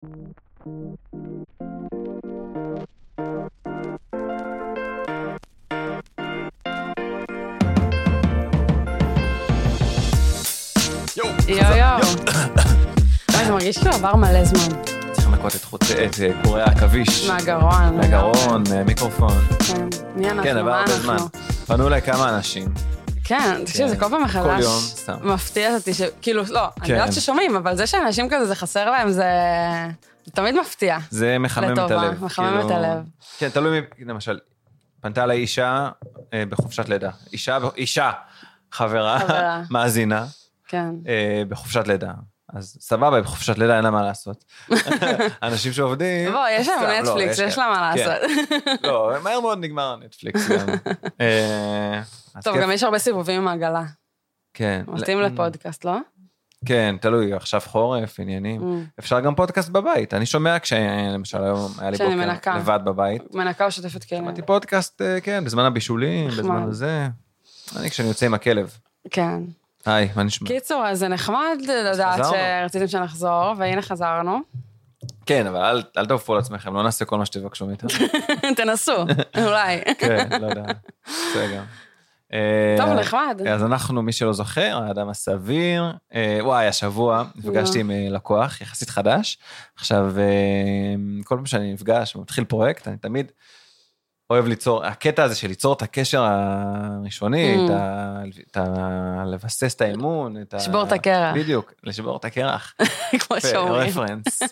יו. זה מרגיש כאילו עבר מלא זמן. צריך לנקות את קורי העכביש. מהגרון, מיקרופון. כן, מי אנחנו? כן, עבר הרבה זמן. פנו אליי כמה אנשים. כן, תקשיב, זה כל פעם מחדש. כל יום, סתם. מפתיע אותי כאילו, לא, אני יודעת ששומעים, אבל זה שאנשים כזה, זה חסר להם, זה תמיד מפתיע. זה מחמם את הלב. מחמם את הלב. כן, תלוי, למשל, פנתה לה אישה בחופשת לידה. אישה, חברה, מאזינה. כן. בחופשת לידה. אז סבבה, בחופשת לידה אין לה מה לעשות. אנשים שעובדים... בוא, יש להם נטפליקס, יש לה מה לעשות. לא, מהר מאוד נגמר נטפליקס גם. טוב, גם יש הרבה סיבובים עם העגלה. כן. מתאים לפודקאסט, לא? כן, תלוי, עכשיו חורף, עניינים. אפשר גם פודקאסט בבית. אני שומע כשלמשל היום היה לי בוקר לבד בבית. מנקה או שותפת כלב. שמעתי פודקאסט, כן, בזמן הבישולים, בזמן הזה. כשאני יוצא עם הכלב. כן. היי, מה נשמע? קיצור, אז זה נחמד לדעת שרציתם שנחזור, והנה חזרנו. כן, אבל אל תעופו לעצמכם, לא נעשה כל מה שתבקשו מאיתנו. תנסו, אולי. כן, לא יודע. זה גם. טוב, נחמד. אז אנחנו, מי שלא זוכר, האדם הסביר, וואי, השבוע נפגשתי עם לקוח יחסית חדש. עכשיו, כל פעם שאני נפגש ומתחיל פרויקט, אני תמיד אוהב ליצור, הקטע הזה של ליצור את הקשר הראשוני, לבסס את האמון, לשבור את הקרח. בדיוק, לשבור את הקרח. כמו שאומרים. רפרנס.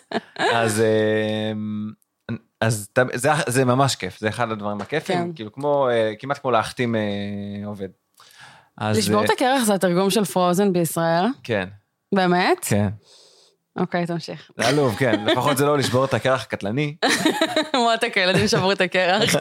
אז זה ממש כיף, זה אחד הדברים הכיפים, כאילו כמעט כמו להחתים עובד. לשבור את הקרח זה התרגום של פרוזן בישראל? כן. באמת? כן. אוקיי, תמשיך. זה עלוב, כן, לפחות זה לא לשבור את הקרח הקטלני. מותק, הילדים שברו את הקרח.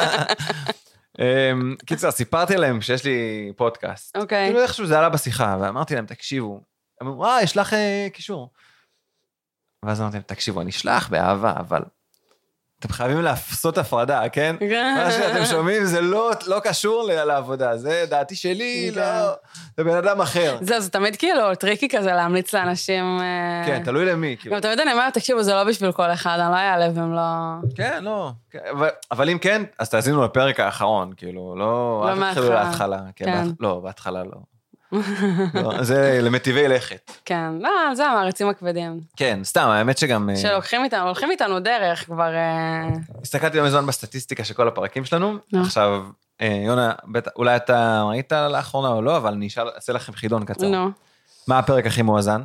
קיצר, סיפרתי להם שיש לי פודקאסט. אוקיי. כאילו איכשהו זה עלה בשיחה, ואמרתי להם, תקשיבו. הם אמרו, יש לך קישור. ואז אמרתי להם, תקשיבו, אני אשלח באהבה, אבל אתם חייבים לעשות הפרדה, כן? מה שאתם שומעים זה לא קשור לעבודה, זה דעתי שלי, לא, זה בן אדם אחר. זה תמיד כאילו טריקי כזה להמליץ לאנשים... כן, תלוי למי. גם תמיד אני אומרת, תקשיבו, זה לא בשביל כל אחד, אני לא אעלב, הם לא... כן, לא. אבל אם כן, אז תאזינו לפרק האחרון, כאילו, לא... לא מההתחלה. להתחלה. לא, בהתחלה לא. זה למטיבי לכת. כן, לא, זה המעריצים הכבדים. כן, סתם, האמת שגם... הולכים איתנו דרך כבר... הסתכלתי לא מזמן בסטטיסטיקה של כל הפרקים שלנו, עכשיו, יונה, אולי אתה ראית לאחרונה או לא, אבל אני אעשה לכם חידון קצר. מה הפרק הכי מואזן?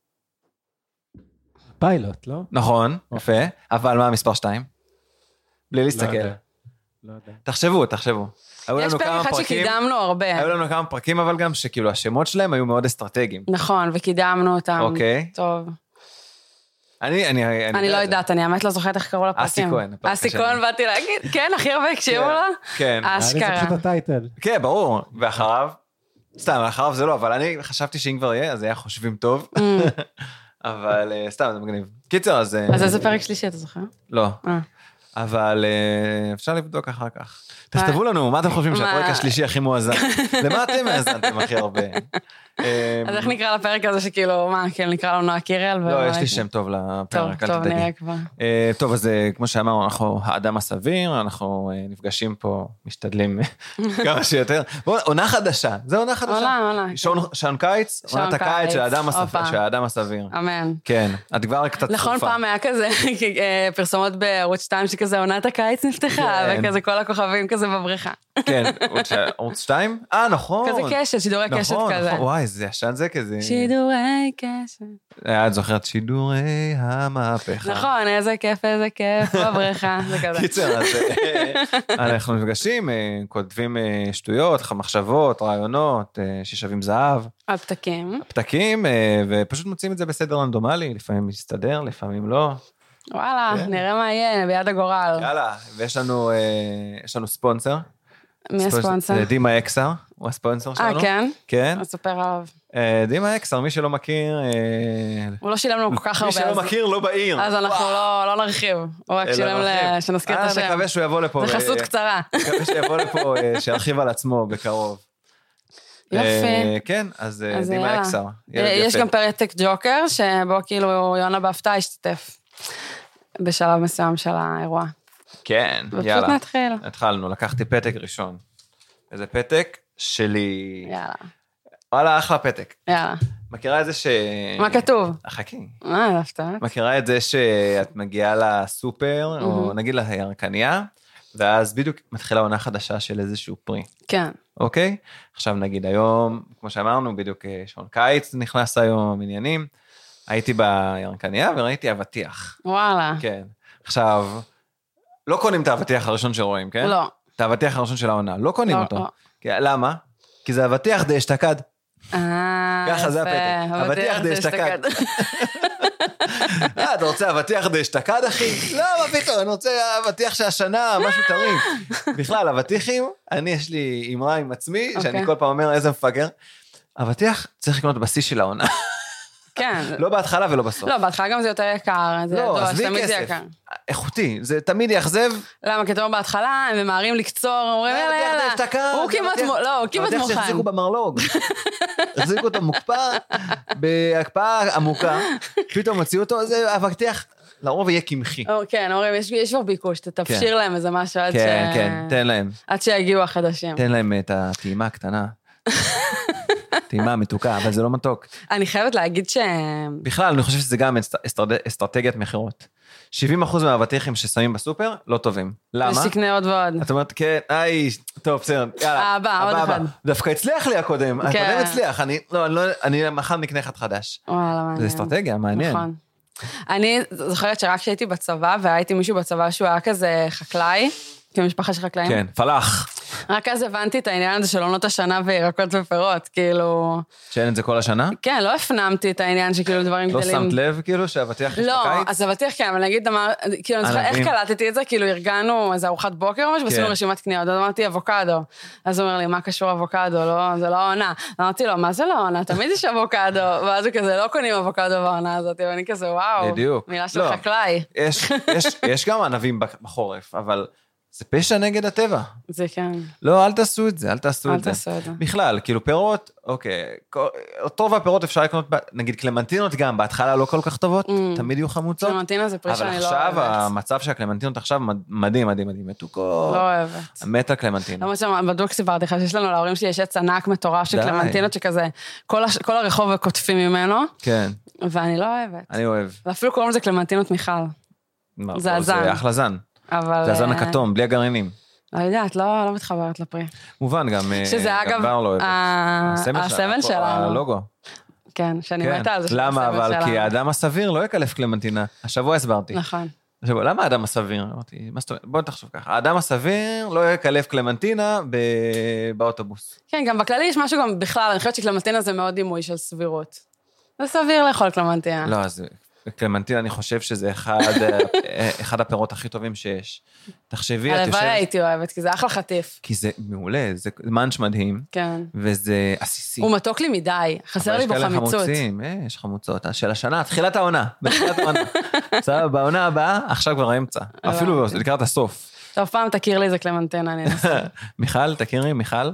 פיילוט, לא? נכון, יפה, אבל מה המספר 2? בלי להסתכל. לא יודע. תחשבו. יש פרק אחד שקידמנו הרבה. היו לנו כמה פרקים, אבל גם שכאילו השמות שלהם היו מאוד אסטרטגיים. נכון, וקידמנו אותם. אוקיי. טוב. אני לא יודעת, אני האמת לא זוכרת איך קראו לפרקים. אסי כהן, באתי להגיד, כן, הכי הרבה הקשיבו לו. כן. אשכרה. אני זוכרת את הטייטל. כן, ברור. ואחריו, סתם, אחריו זה לא, אבל אני חשבתי שאם כבר יהיה, אז היה חושבים טוב. אבל סתם, זה מגניב. קיצר, אז... אז איזה פרק שלישי, אתה זוכר? לא. אבל אפשר לבדוק אחר כך. תכתבו לנו, מה אתם חושבים שהפרק השלישי הכי מואזן? למה אתם מאזנתם הכי הרבה? אז איך נקרא לפרק הזה שכאילו, מה, כאילו נקרא לו נועה קירל? לא, יש לי שם טוב לפרק, טוב, נראה כבר. טוב, אז כמו שאמרנו, אנחנו האדם הסביר, אנחנו נפגשים פה, משתדלים כמה שיותר. עונה חדשה, זה עונה חדשה. עונה. שעון קיץ, עונת הקיץ של האדם הסביר. אמן. כן, את כבר קצת צופה. נכון, פעם היה כזה, פרסומות בערוץ 2 שכזה עונת הקיץ נפתחה, וכזה כל הכוכבים כזה בבריכה. כן, ערוץ 2? נכון. כזה קשת, שידורי קשת כזה. וואי, זה ישן זה כזה. שידורי קשת. את זוכרת שידורי המהפכה. נכון, איזה כיף בבריכה, זה כזה. קיצר, אז אנחנו נפגשים, כותבים שטויות, מחשבות, רעיונות, ששווים זהב. הפתקים, ופשוט מוצאים את זה בסדר רנדומלי, לפעמים מסתדר, לפעמים לא. וואלה, נראה מה יהיה, ביד הגורל. יאללה, ויש לנו ספונסר. מי הספונסר? דימה אקסר, הוא הספונסר שלנו. כן? כן. אספר עליו. דימה אקסר, מי שלא מכיר... הוא לא שילם לנו כל כך הרבה. מי שלא מכיר, לא בעיר. אז אנחנו לא נרחיב. הוא רק שילם שנזכיר את השם. נקווה שהוא יבוא לפה. זה חסות קצרה. נקווה שיבוא לפה, שירחיב על עצמו בקרוב. יופי. כן, אז דימה אקסר. יש גם פרק ג'וקר, שבו כאילו יונה בהפתעה השתתף. בשלב מסוים של האירוע. כן, ופשוט יאללה. נתחיל. התחלנו, לקחתי פתק ראשון. איזה פתק שלי... יאללה. וואלה, אחלה פתק. יאללה. מכירה את זה ש... מה כתוב? חכי. להפתעת. מכירה את זה שאת מגיעה לסופר, או נגיד לירקניה, ואז בדיוק מתחילה עונה חדשה של איזשהו פרי. כן. אוקיי? עכשיו נגיד היום, כמו שאמרנו, בדיוק שעון קיץ נכנס היום, עניינים. הייתי בירקניה וראיתי אבטיח. וואלה. כן. עכשיו, לא קונים את האבטיח הראשון שרואים, כן? לא. את האבטיח הראשון של העונה, לא קונים לא, אותו. לא. למה? כי זה אבטיח די אשתקד. ככה זה יפה. הפתק. אבטיח די אשתקד. אתה רוצה אבטיח די אשתקד, אחי? לא, מה פתאום, אני רוצה אבטיח שהשנה, משהו טרי. בכלל, אבטיחים, יש לי אמרה עם עצמי, שאני כל פעם אומר, איזה מפגר. אבטיח צריך לקנות בשיא של העונה. כן. לא בהתחלה ולא בסוף. לא, בהתחלה גם זה יותר יקר. לא, עזבי כסף. איכותי, זה תמיד יאכזב. למה? כי אתה בהתחלה, הם ממהרים לקצור, אומרים, יאללה, הוא כמעט מוכן. החזיקו במרלוג. החזיקו אותו מוקפא, בהקפאה עמוקה, פתאום הוציאו אותו, זה אבטיח, לרוב יהיה קמחי. כן, אומרים, יש כבר ביקוש, תפשיר להם איזה משהו עד כן, תן להם. עד שיגיעו החדשים. תן להם את הטעימה הקטנה. טעימה מתוקה, אבל זה לא מתוק. אני חייבת להגיד בכלל, אני חושב שזה גם אסטרטגיית מחירות. 70% מהאבטיחים ששמים בסופר, לא טובים. למה? יש תקנה עוד ועוד. את אומרת, כן, טוב, בסדר, יאללה. הבא, עוד אחד. דווקא הצליח לי הקודם הצליח, אני מחר נקנה אחד חדש. וואלה, מעניין. זה אסטרטגיה, מעניין. נכון. אני זוכרת שרק כשהייתי בצבא, והייתי מישהו בצבא שהוא היה כזה חקלאי, כמשפחה של חקלאים. כן, פלח. רק אז הבנתי את העניין הזה של עונות השנה וירקות ופירות, כאילו... שאין את זה כל השנה? כן, לא הפנמתי את העניין שכאילו דברים גדלים... לא שמת לב כאילו שהאבטיח יש לא, בקיץ? אז אבטיח כן, אבל נגיד, כאילו, אני זוכרת איך קלטתי את זה, כאילו ארגנו איזו ארוחת בוקר ממש, ועשינו רשימת קניות, אז אמרתי אבוקדו. אז הוא אומר לי, מה קשור אבוקדו? לא, זה לא עונה. אמרתי לו, מה זה לא עונה? תמיד יש אבוקדו. ואז הוא כזה, לא קונים אבוקדו בעונה הזאת, ואני כזה, וואו, מילה של חקלאי. יש גם ענבים בחורף, אבל זה פשע נגד הטבע. זה כן. לא, אל תעשו את זה, אל תעשו את זה. בכלל, כאילו פירות, אוקיי, טוב הפירות אפשר לקנות, נגיד קלמנטינות גם, בהתחלה לא כל כך טובות, תמיד יהיו חמוצות. קלמנטינה זה פרי שאני לא אוהבת. אבל עכשיו המצב של הקלמנטינות עכשיו מדהים, מדהים, מדהים, מתוקות. לא אוהבת. מתה קלמנטינה. למרות שבדוק סיפרתי לך שיש לנו להורים שלי יש עץ ענק מטורף של קלמנטינות שכזה, כל הרחוב קוטפים ממנו. כן. ואני לא אוהבת. אני אוהב. ואפילו קוראים לזה קלמנטינות מיכל. זה הזן. זה אחלה זן. זה הזן הכתום, בלי הגרעינים. לא יודעת, לא מתחברת לפרי. מובן, גם בר לא אוהבת. הסמל שלנו. הלוגו. כן, שאני מתה על זה. למה? אבל כי האדם הסביר לא יקלף קלמנטינה. השבוע הסברתי. נכון. למה האדם הסביר? אמרתי, מה זאת אומרת? בוא תחשוב ככה. האדם הסביר לא יקלף קלמנטינה באוטובוס. כן, גם בכללי יש משהו גם בכלל, אני חושבת שקלמנטינה זה מאוד דימוי של סבירות. זה סביר לאכול קלמנטינה. לא, אז קלמנטינה, אני חושב שזה אחד הפירות הכי טובים שיש. תחשבי, את יושבת... הלוואי הייתי אוהבת, כי זה אחלה חטיף. כי זה מעולה, זה מאנץ' מדהים. כן. וזה עסיסי. הוא מתוק לי מדי, חסר לי בו חמיצות. יש כאלה חמוצים, יש חמוצות. של השנה, תחילת העונה. בעונה הבאה, עכשיו כבר האמצע. אפילו לקראת הסוף. טוב, פעם תכיר לי איזה קלמנטינה, אני אנסה. מיכל, תכירי, מיכל.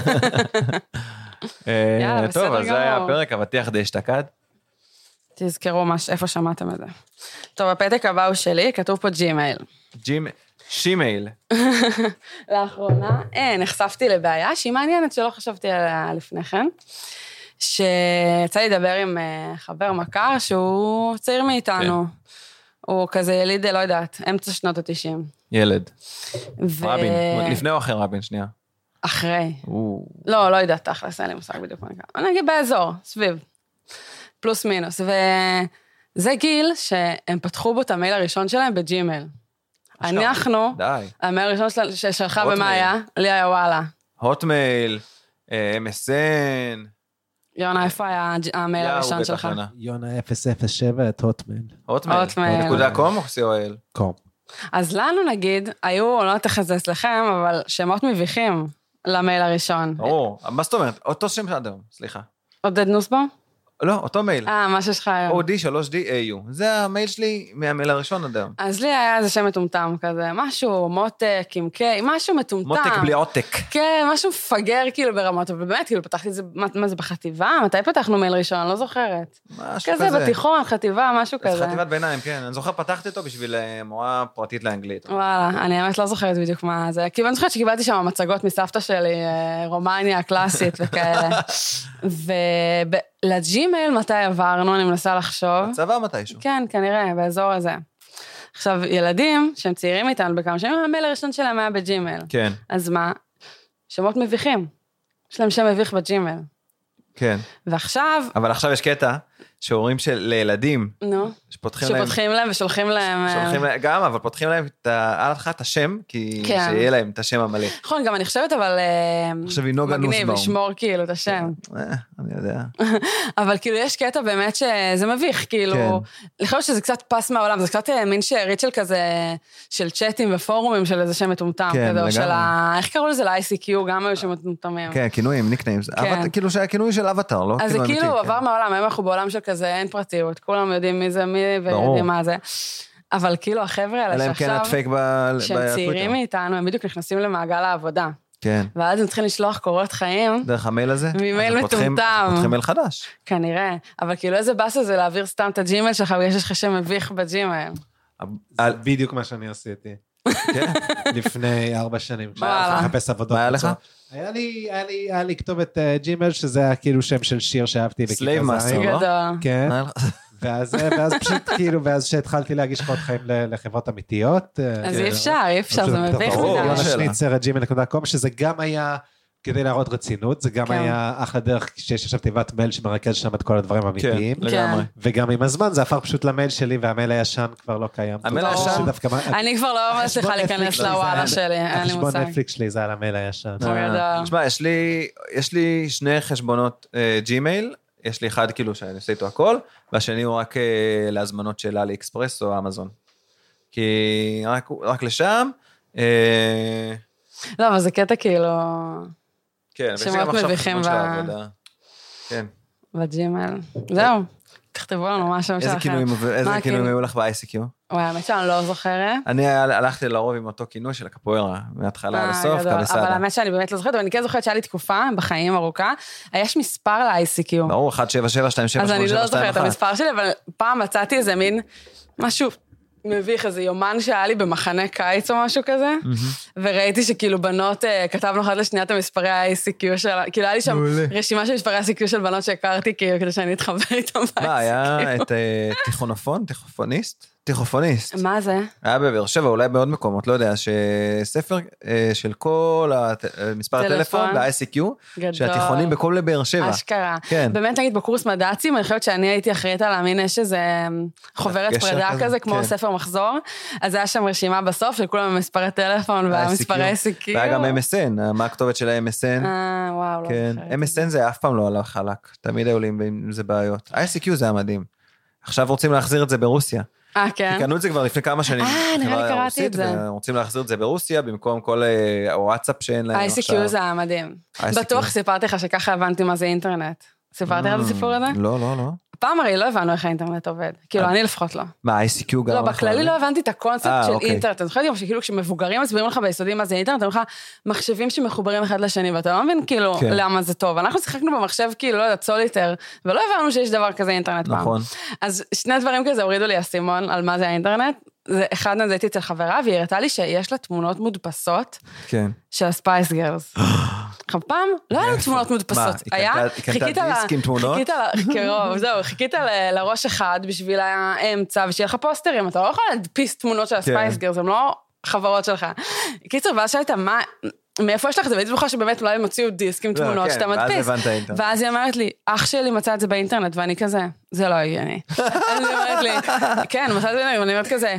טוב, אז זה היה הפרק, אבטיח די אשתקד. תזכרו איפה שמעתם את זה. טוב, הפתק הבא הוא שלי, כתוב פה ג'ימייל. שימייל. לאחרונה, נחשפתי לבעיה שהיא מעניינת שלא חשבתי עליה לפני כן, שיצא לי לדבר עם חבר מכר שהוא צעיר מאיתנו. הוא כזה יליד, לא יודעת, אמצע שנות ה-90. ילד. רבין, לפני או אחרי רבין, שנייה? אחרי. לא יודעת, תכלס, אין לי מושג בדיוק מה נקרא. אני אגיד באזור, סביב. פלוס מינוס, וזה גיל שהם פתחו בו את המייל הראשון שלהם בג'ימייל. אנחנו, המייל הראשון שלך במה היה? לי היה וואלה. הוטמייל, MSN. יונה, איפה היה המייל הראשון שלך? יונה 007 את הוטמייל. הוטמייל. נקודה קום או COL? קום. אז לנו נגיד, היו, לא יודעת איך זה אצלכם, אבל שמות מביכים למייל הראשון. מה זאת אומרת? אותו שם עד היום, סליחה. עודד נוסבו? לא, אותו מייל. מה שיש לך היום. OD3DAU. זה המייל שלי מהמייל הראשון עד היום. אז לי היה איזה שם מטומטם כזה, משהו מותק עם קיי, משהו מטומטם. מותק בלי עותק. כן, משהו מפגר כאילו ברמות, ובאמת, כאילו פתחתי את זה, מה זה בחטיבה? מתי פתחנו מייל ראשון? אני לא זוכרת. משהו כזה. כזה בתיכון, חטיבה, משהו כזה. חטיבת ביניים, כן. אני זוכר, פתחתי אותו בשביל מורה פרטית לאנגלית. וואלה, אני האמת לא זוכרת בדיוק מה זה. כאילו אני זוכרת שקיבלתי שם מצגות מסבתא שלי, רומניה, קלאסית וכאלה. ולג'ימייל מתי עברנו, אני מנסה לחשוב. בצבא מתישהו. כן, כנראה, באזור הזה. עכשיו, ילדים שהם צעירים איתנו בכמה שנים, המייל הראשון שלהם היה בג'ימייל. כן. אז מה? שמות מביכים. יש להם שם מביך בג'ימייל. כן. ועכשיו... אבל עכשיו יש קטע שהורים לילדים, שפותחים להם ושולחים להם... גם, אבל פותחים להם את השם, כי שיהיה להם את השם המלא. נכון, גם אני חושבת, אבל... מגניב, לשמור כאילו את השם. אני יודע. אבל כאילו יש קטע באמת שזה מביך, כאילו... לחשוב שזה קצת פס מהעולם, זה קצת מין שארית של כזה, של צ'אטים ופורומים של איזה שם מטומטם, כזה, או של איך קראו לזה ל-ICQ, גם היו שם מטומטמים. כן, כינויים, ניקנאים. כאילו שהכינוי של אבטר, לא? אז זה כאילו עבר מהעולם, היום אנחנו בעולם של כזה, אין פרטיות, כולם יודעים מי זה מי ויודעים מה זה. אבל כאילו החבר'ה האלה שעכשיו, שהם צעירים מאיתנו, הם בדיוק נכנסים למעגל העבודה. כן. ואז הם צריכים לשלוח קורות חיים. דרך המייל הזה? ממייל מטומטם. פותחים מייל חדש. כנראה. אבל כאילו איזה באסה זה להעביר סתם את הג'ימייל שלך, ויש לך שם מביך בג'ימייל. בדיוק מה שאני עשיתי. לפני 4 שנים. וואלה. מחפש עבודות. מה היה לך? היה לי כתובת ג'ימייל, שזה היה כאילו שם של שיר שאהבתי. סלייב מאסטר, לא? כן. ואז פשוט כאילו, ואז שהתחלתי להגיש קורות חיים לחברות אמיתיות. אז אי אפשר, זה מביך יונשניצר@gmail.com, שזה גם היה, כדי להראות רצינות, זה גם היה אחלה דרך שיש עכשיו תיבת מייל שמרכז שם את כל הדברים האמיתיים. וגם עם הזמן זה הפך פשוט למייל שלי, והמייל הישן כבר לא קיים. המייל הישן? אני כבר לא מצליחה להיכנס לוואלה שלי, אין לי מושג. החשבון נטפליקס שלי זה על המייל הישן. תשמע, יש לי 2 חשבונות ג'ימייל, יש לי אחד כאילו שאני עושה איתו הכל, והשני הוא רק להזמנות של אלי אקספרס או אמזון. כי רק לשם. לא, אבל זה קטע כאילו... כן, שמות מביכים כן. בג'ימייל. זהו, תכתבו לנו מה שם שלכם. איזה כינוי היו לך ב-ICQ? וואי, האמת שאני לא זוכרת. אני הלכתי לרוב עם אותו כינוי של הקפוארה, מההתחלה לסוף, קבסדה. אבל האמת שאני באמת לא זוכרת, אבל אני כן זוכרת שהיה לי תקופה בחיים ארוכה, יש מספר ל-ICQ. ברור, 17727. אז אני לא זוכרת את המספר שלי, אבל פעם מצאתי איזה מין משהו מביך, איזה יומן שהיה לי במחנה קיץ או משהו כזה, וראיתי שכאילו בנות, כתבנו אחת לשנייה את המספרי ה-ICQ שלה, כאילו היה לי שם רשימה של מספרי ה-ICQ של בנות שהכרתי, כאילו כדי שאני אתחבר איתם ב-ICQ. מה, היה את תיכונופון? תיכופוניסט. מה זה? היה בבאר שבע, אולי בעוד מקומות, לא יודע, שספר של כל מספר הטלפון ב-ICQ, שהתיכונים בכל באר שבע. אשכרה. באמת נגיד בקורס מדעצים, אני חושבת שאני הייתי אחראית על להאמין, יש איזה חוברת פרידה כזה, כמו ספר מחזור, אז היה שם רשימה בסוף, של כולם מספרי טלפון והמספרי ICQ. והיה גם MSN, מה הכתובת של ה-MSN? וואו, לא זוכרת. MSN זה אף פעם לא עלה חלק, תמיד היו לי עם זה בעיות. ה-ICQ זה היה מדהים. עכשיו רוצים להחזיר את זה ברוסיה. כן. קנו את זה כבר לפני כמה שנים. נראה לי קראתי את זה. רוצים להחזיר את זה ברוסיה, במקום כל הוואטסאפ שאין להם עכשיו. ICQ זה היה מדהים. בטוח סיפרתי לך שככה הבנתי מה זה אינטרנט. סיפרתי על הסיפור הזה? לא, לא, לא. פעם הרי לא הבנו איך האינטרנט עובד. כאילו, אני לפחות לא. מה, ICQ גם? לא, בכללי לא הבנתי את הקונספט של אינטרנט. אני זוכרת גם שכאילו כשמבוגרים מסבירים לך ביסודים מה זה אינטרנט, הם לך מחשבים שמחוברים אחד לשני, ואתה לא מבין כאילו למה זה טוב. אנחנו שיחקנו במחשב כאילו, לא יודעת, סוליטר, ולא הבנו שיש דבר כזה אינטרנט פעם. נכון. אז 2 דברים כזה הורידו לי הסימון על מה זה האינטרנט. אחד מזה הייתי אצל חברה, והיא הראתה לי שיש לה תמונות מודפסות של הספייס גרלס. פעם לא היה לנו תמונות מודפסות. היה, חיכית לראש אחד בשביל האמצע, ושיהיה לך פוסטרים, אתה לא יכול להדפיס תמונות של הספייס גרלס, הם לא חברות שלך. קיצור, ואז שאלת, מאיפה יש לך את זה? והייתי זוכר שבאמת אולי הם הוציאו דיסק עם תמונות שאתה מדפיס. ואז היא אמרת לי, אח שלי מצא את זה באינטרנט, ואני כזה, זה לא הגיוני. אז היא אומרת לי, כן, מצא את זה באינטרנט, ואני אומרת כזה,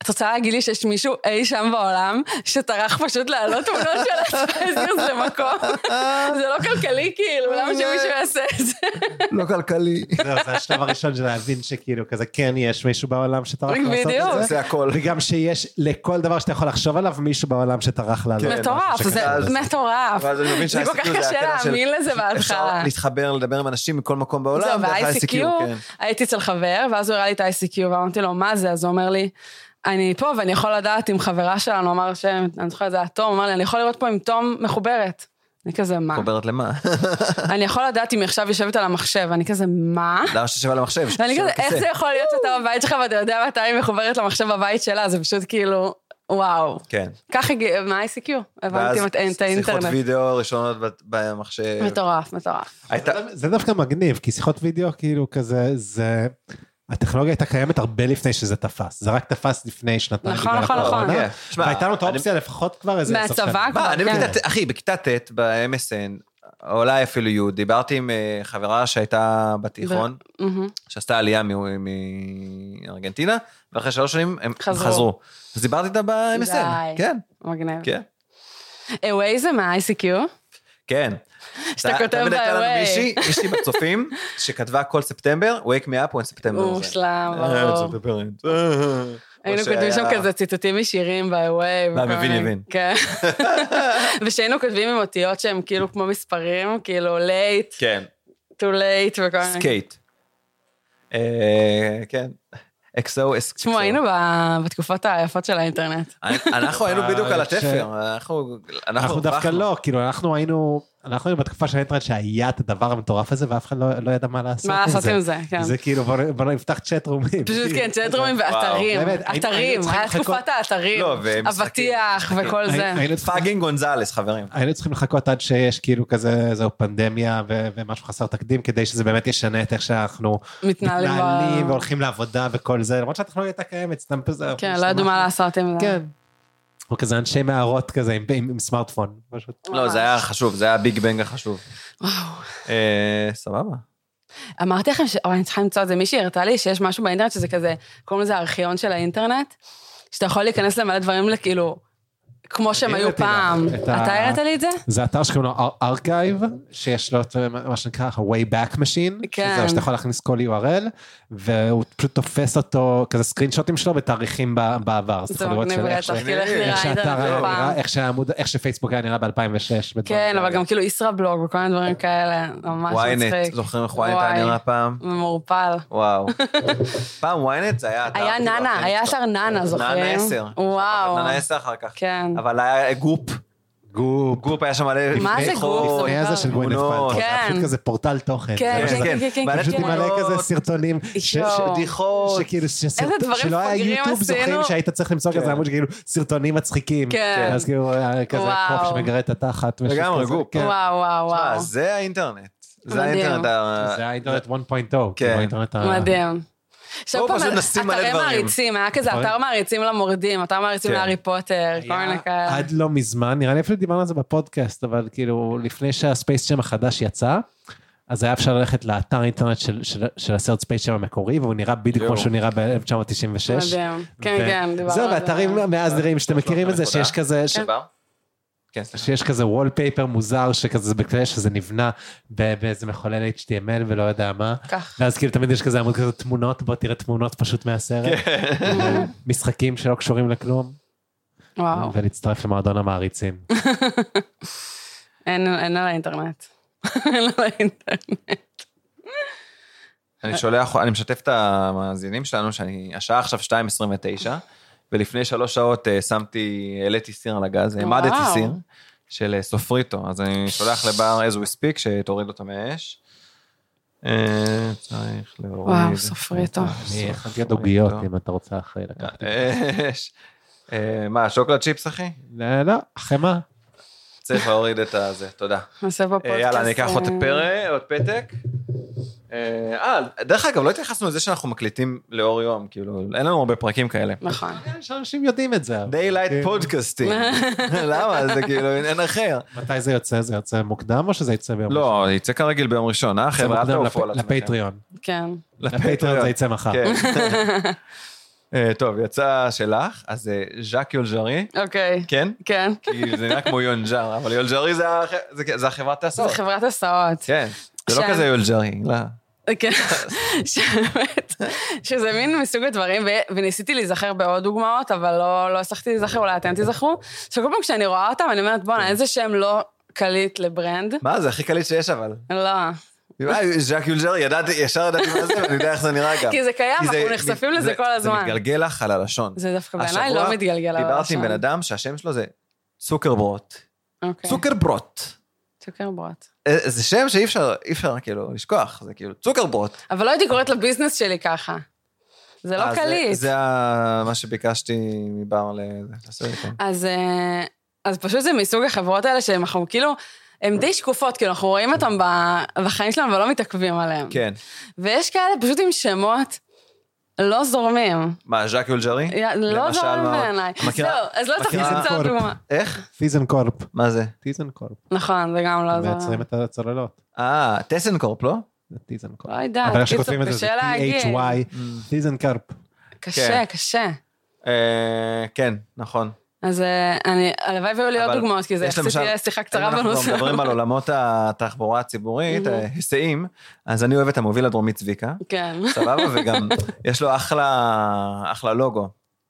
את רוצה להגיד לי שיש מישהו אי שם בעולם, שטרח פשוט להעלות תמונות של הספייסגרס למקום? זה לא כלכלי, כאילו, למה שמישהו יעשה את זה? לא כלכלי. זה השלב הראשון של להבין שכאילו כזה, כן, יש מישהו בעולם שטרח לעשות את זה. וגם שיש לכל דבר שאתה יכול לחשוב עליו, מישהו בעולם שטרח לעלות. מטורף, זה מטורף. זה כל כך קשה להאמין לזה בהתחלה. אפשר להתחבר, לדבר עם אנשים מכל מקום בעולם. ב-ICQ, הייתי אצל חבר, ואז הוא הראה לי את ה-ICQ, ואמרתי לו, מה זה? אז הוא אומר לי, אני פה ואני יכול לדעת עם חברה שלנו, אמר שאני זוכרת את זה, תום, אמר לי, אני יכול לראות פה עם תום מחוברת. אני כזה, מה? מחוברת למה? אני יכול לדעת אם היא עכשיו יושבת על המחשב, אני כזה, מה? למה שתשב על המחשב? ואני כזה, איך זה יכול להיות שאתה בבית שלך, ואתה יודע מתי היא מחוברת למחשב בבית שלה, זה פשוט כאילו, וואו. כן. ככה, מה ICQ? הבנתי את האינטרנט. שיחות וידאו ראשונות במחשב. מטורף, מטורף. זה דווקא מגניב, כי שיחות וידאו כאילו כזה, זה... הטכנולוגיה הייתה קיימת הרבה לפני שזה תפס, זה רק תפס לפני שנתיים. נכון. והייתה לנו את האופציה לפחות כבר איזה 10 שנים. מהצבא כבר, אחי, בכיתה ט' ב-MSN, אולי אפילו י', דיברתי עם חברה שהייתה בתיכון, שעשתה עלייה מארגנטינה, ואחרי 3 שנים הם חזרו. אז דיברתי איתה ב-MSN. כן. מגניב. כן. Away זה מה-ICQ? כן. שאתה כותב ב-Away. מישהי בצופים, שכתבה כל ספטמבר, wake me up when ספטמבר. מושלם, ברור. היינו כותבים שם כזה ציטוטים ישירים ב-Away. והמבין. כן. ושהיינו כותבים עם אותיות שהם כאילו כמו מספרים, כאילו late. כן. too late וכל מיני. סקייט. כן. אקסו. תשמעו, היינו בתקופות היפות של האינטרנט. אנחנו היינו בדיוק על התפר. אנחנו דווקא לא, כאילו אנחנו היינו בתקופה של האינטרנט שהיה את הדבר המטורף הזה, ואף אחד לא ידע מה לעשות עם זה. מה לעשות עם זה, כן. זה כאילו, בוא נפתח צ'אט רומים. פשוט כן, צ'אט רומים ואתרים. אתרים, היה תקופת האתרים, אבטיח וכל זה. פאגינג גונזלס, חברים. היינו צריכים לחכות עד שיש כאילו כזה, זהו פנדמיה ומשהו חסר תקדים, כדי שזה באמת ישנה את איך שאנחנו מתנהלים והולכים לעבודה וכל זה, למרות שהטכנולוגיה הייתה קיימת, סתם פזר. כן, לא ידעו מה לעשות עם זה. כן. או כזה אנשי מערות כזה עם סמארטפון. לא, זה היה חשוב, זה היה ביג בנג החשוב. וואו. סבבה. אמרתי לכם אני צריכה למצוא את זה, מישהי הרתה לי שיש משהו באינטרנט שזה כזה, קוראים לזה הארכיון של האינטרנט, שאתה יכול להיכנס למלא דברים לכאילו, כמו שהם היו פעם. אתה הראת לי את זה? זה אתר שקוראים לו ארכייב, שיש לו מה שנקרא Wayback Machine, שזה שאתה יכול להכניס כל URL, והוא פשוט תופס אותו, כזה סקרינשוטים שלו בתאריכים בעבר. זה מגניב רצח, כאילו איך שפייסבוק היה נראה ב-2006. כן, אבל גם כאילו ישראבלוג וכל מיני דברים כאלה, ממש מצחיק. זוכרים איך וויינט היה נראה פעם? ממורפל. וואו. פעם וויינט זה היה... היה ננה, היה אתר ננה, זוכרים? ננה 10. וואו. ננה 10 אחר כך. כן. אבל היה גופ היה שם מלא... מה זה גופ? לפני הזה של גווינית פלטרו, זה פשוט כזה פורטל תוכן. כן. פשוט עם מלא כזה סרטונים, בדיחות, שלא היה יוטיוב, זוכרים שהיית צריך למצוא כזה עמוד שכאילו סרטונים מצחיקים. אז כאילו כזה קוף שמגרה את התחת. לגמרי גופ. וואו. זה האינטרנט. זה האינטרנט 1.0. מדהים. עכשיו פה אתרי מעריצים, היה כזה אתר מעריצים למורדים, אתר מעריצים להארי פוטר, כל מיני כאלה. עד לא מזמן, נראה לי אפילו דיברנו על זה בפודקאסט, אבל כאילו לפני שהספייס שם החדש יצא, אז היה אפשר ללכת לאתר אינטרנט של הסרט ספייס שם המקורי, והוא נראה בדיוק כמו שהוא נראה ב-1996. מדהים, כן, דיברנו. זהו, ואתרים מאז נראים שאתם מכירים את זה, שיש כזה... שיש כזה וולפייפר מוזר, שכזה בכלל שזה נבנה באיזה מחולל HTML ולא יודע מה. ואז כאילו תמיד יש כזה עמוד כזה תמונות, בוא תראה תמונות פשוט מהסרט. משחקים שלא קשורים לכלום. וואו. ולהצטרף למועדון המעריצים. אין על האינטרנט. אני משתף את המאזינים שלנו, השעה עכשיו 2:29, ולפני 3 שעות העליתי סיר על הגז, העמדתי סיר של סופריטו, אז אני שולח לבר as we speak, שתוריד אותו מהאש. צריך להוריד. וואו, סופריטו. אני הכנתי דוגיות, אם אתה רוצה אחרי לקחת. מה, שוקולד צ'יפס, אחי? לא, חמה. צריך להוריד את זה, תודה. נעשה בפודקאסט. יאללה, אני אקח עוד פתק. דרך אגב, לא התייחסנו לזה שאנחנו מקליטים לאור יום, כאילו, אין לנו הרבה פרקים כאלה. נכון. שאנשים יודעים את זה. Daylight podcasting. למה? זה כאילו, אין אחר. מתי זה יוצא? זה יוצא מוקדם או שזה יצא ביום ראשון? לא, זה יצא כרגיל ביום ראשון, חבר'ה, אל תעופו על עצמכם. לפטריון. כן. לפטריון זה יצא מחר. טוב, יצא שלך, אז ז'אק יולג'רי. אוקיי. כן? כן. כי זה נראה כמו יונג'ר, אבל יולג'רי זה החברת הסעות. זה חברת הסעות. כן, זה לא כזה יולג'רי, לא. כן, שזה מין מסוג הדברים, וניסיתי להיזכר בעוד דוגמאות, אבל לא הצלחתי להיזכר, אולי אתם תיזכרו, שכל פעם כשאני רואה אותם, אני אומרת, בוא'נה, איזה שם לא קליט לברנד. מה, זה הכי קליט שיש אבל. לא. ז'אק יולג'רי, ישר ידעתי מה זה, ואני יודע איך זה נראה גם. כי זה קיים, אנחנו נחשפים לזה כל הזמן. זה מתגלגל לך על הלשון. זה דווקא בעיניי לא מתגלגל על הלשון. דיברתי עם בן אדם שהשם שלו זה צוקרברוט. צוקרברוט. צוקרברוט. זה שם שאי אפשר כאילו לשכוח, זה כאילו צוקרברוט. אבל לא הייתי קוראת לביזנס שלי ככה. זה לא קליט. זה מה שביקשתי מבר לעשות איתו. אז פשוט זה מסוג החברות האלה שאנחנו כאילו, הן די שקופות, כאילו אנחנו רואים אותם בחיים שלנו ולא מתעכבים עליהם. כן. ויש כאלה פשוט עם שמות לא זורמים. מה, ז'אק יולג'רי? לא זורמים בעיניי. זהו, אז לא צריך למצוא דוגמה. איך? טיזנקורפ. מה זה? טיזנקורפ. נכון, זה גם לא זורם. מייצרים את הצוללות. טסנקורפ, לא? זה טיזנקורפ. לא יודעת, אבל איך שכותבים את זה, זה קשה להגיד. T-H-Y, טיזנקורפ. קשה. כן, נכון. אז הלוואי והיו לי עוד דוגמאות, כי זה תהיה שיחה קצרה בנושא. אנחנו מדברים על עולמות התחבורה הציבורית, היסעים, אז אני אוהב את המוביל הדרומי צביקה. כן. סבבה, וגם יש לו אחלה לוגו.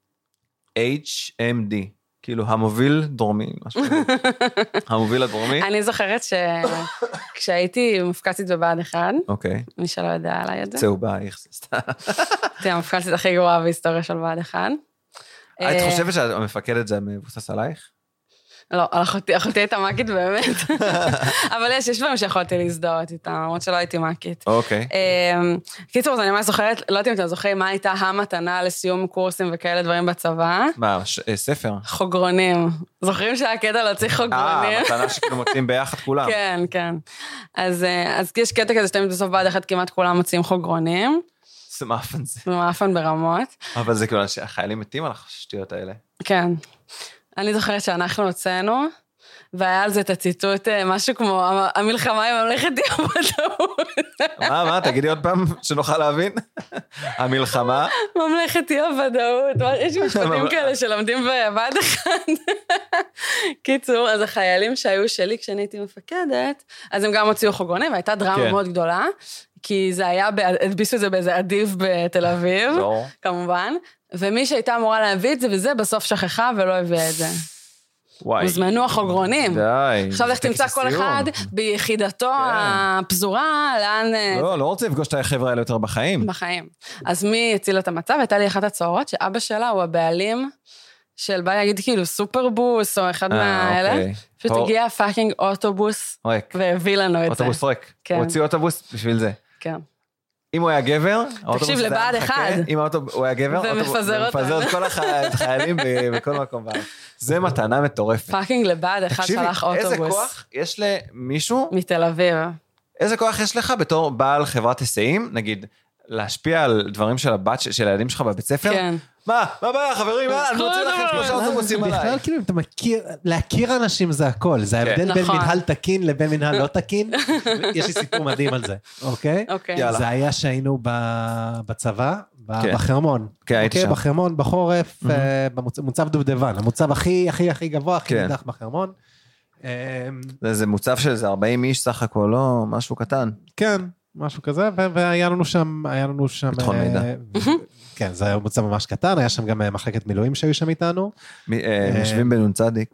HMD, כאילו המוביל דרומי, משהו כזה. המוביל הדרומי. אני זוכרת שכשהייתי מפקצית בבה"ד 1, מי שלא יודע עליי את זה. צהובה, איך זה סתם. זה המפקצית הכי גרועה בהיסטוריה של בה"ד 1. את חושבת שהמפקדת זה מבוסס עלייך? לא, אחותי הייתה מאקית באמת. אבל יש דברים שיכולתי להזדהות איתם, למרות שלא הייתי מאקית. אוקיי. קיצור, אז אני ממש זוכרת, לא יודעת אם אתם זוכרים, מה הייתה המתנה לסיום קורסים וכאלה דברים בצבא? מה, ספר? חוגרונים. זוכרים שהיה קטע להוציא חוגרונים? מתנה שכאילו מוצאים ביחד כולם. כן, כן. אז יש קטע כזה שאתם בסוף בה"ד 1 כמעט כולם מוצאים חוגרונים. זה מאפן זה. זה מאפן ברמות. אבל זה כאילו, החיילים מתים על השטויות האלה. כן. אני זוכרת שאנחנו הוצאנו, והיה על זה את הציטוט, משהו כמו, המלחמה היא ממלכת אי הוודאות. מה, תגידי עוד פעם, שנוכל להבין? המלחמה? ממלכת אי הוודאות. יש משפטים כאלה שלומדים בבה"ד 1. קיצור, אז החיילים שהיו שלי כשאני הייתי מפקדת, אז הם גם הוציאו חוגרונים, והייתה דרמה מאוד גדולה, כי זה היה, הדביסו את זה באיזה עדיף בתל אביב, כמובן, ומי שהייתה אמורה להביא את זה וזה, בסוף שכחה ולא הביאה את זה. הוזמנו החוגרונים. די. עכשיו לך תמצא כל אחד ביחידתו הפזורה, לאן... לא רוצה לפגוש את החבר'ה האלה יותר בחיים. בחיים. אז מי הציל את המצב? הייתה לי אחת הצהרות, שאבא שלה הוא הבעלים של, בא להגיד כאילו סופרבוס, או אחד מהאלה. פשוט הגיע פאקינג אוטובוס, והביא לנו את זה. אוטובוס ריק. הוא הוציא אוטובוס בשביל זה. כן. אם הוא היה גבר, תקשיב, לבה"ד 1. אם הוא היה גבר, ומפזר את כל החיילים בכל מקום בארץ. זה מתנה מטורפת. פאקינג לבה"ד 1 שלח אוטובוס. איזה כוח יש למישהו? מתל אביב. איזה כוח יש לך בתור בעל חברת היסעים, נגיד, להשפיע על דברים של הילדים שלך בבית ספר? כן. מה הבעיה, חברים? אני מוציא לכם 3 אוטובוסים עליי. בכלל, כאילו, אם אתה מכיר, להכיר אנשים זה הכל. זה ההבדל בין מנהל תקין לבין מנהל לא תקין. יש לי סיפור מדהים על זה, אוקיי? זה היה שהיינו בצבא, בחרמון. אוקיי, בחרמון, בחורף, במוצב דובדבן. המוצב הכי גבוה, הכי נדח בחרמון. זה מוצב של איזה 40 איש סך הכל, לא משהו קטן. כן. משהו כזה, והיה לנו שם... ביטחון מידע. כן, זה היה מוצב ממש קטן, היה שם גם מחלקת מילואים שהיו שם איתנו. יושבים בנון צדיק.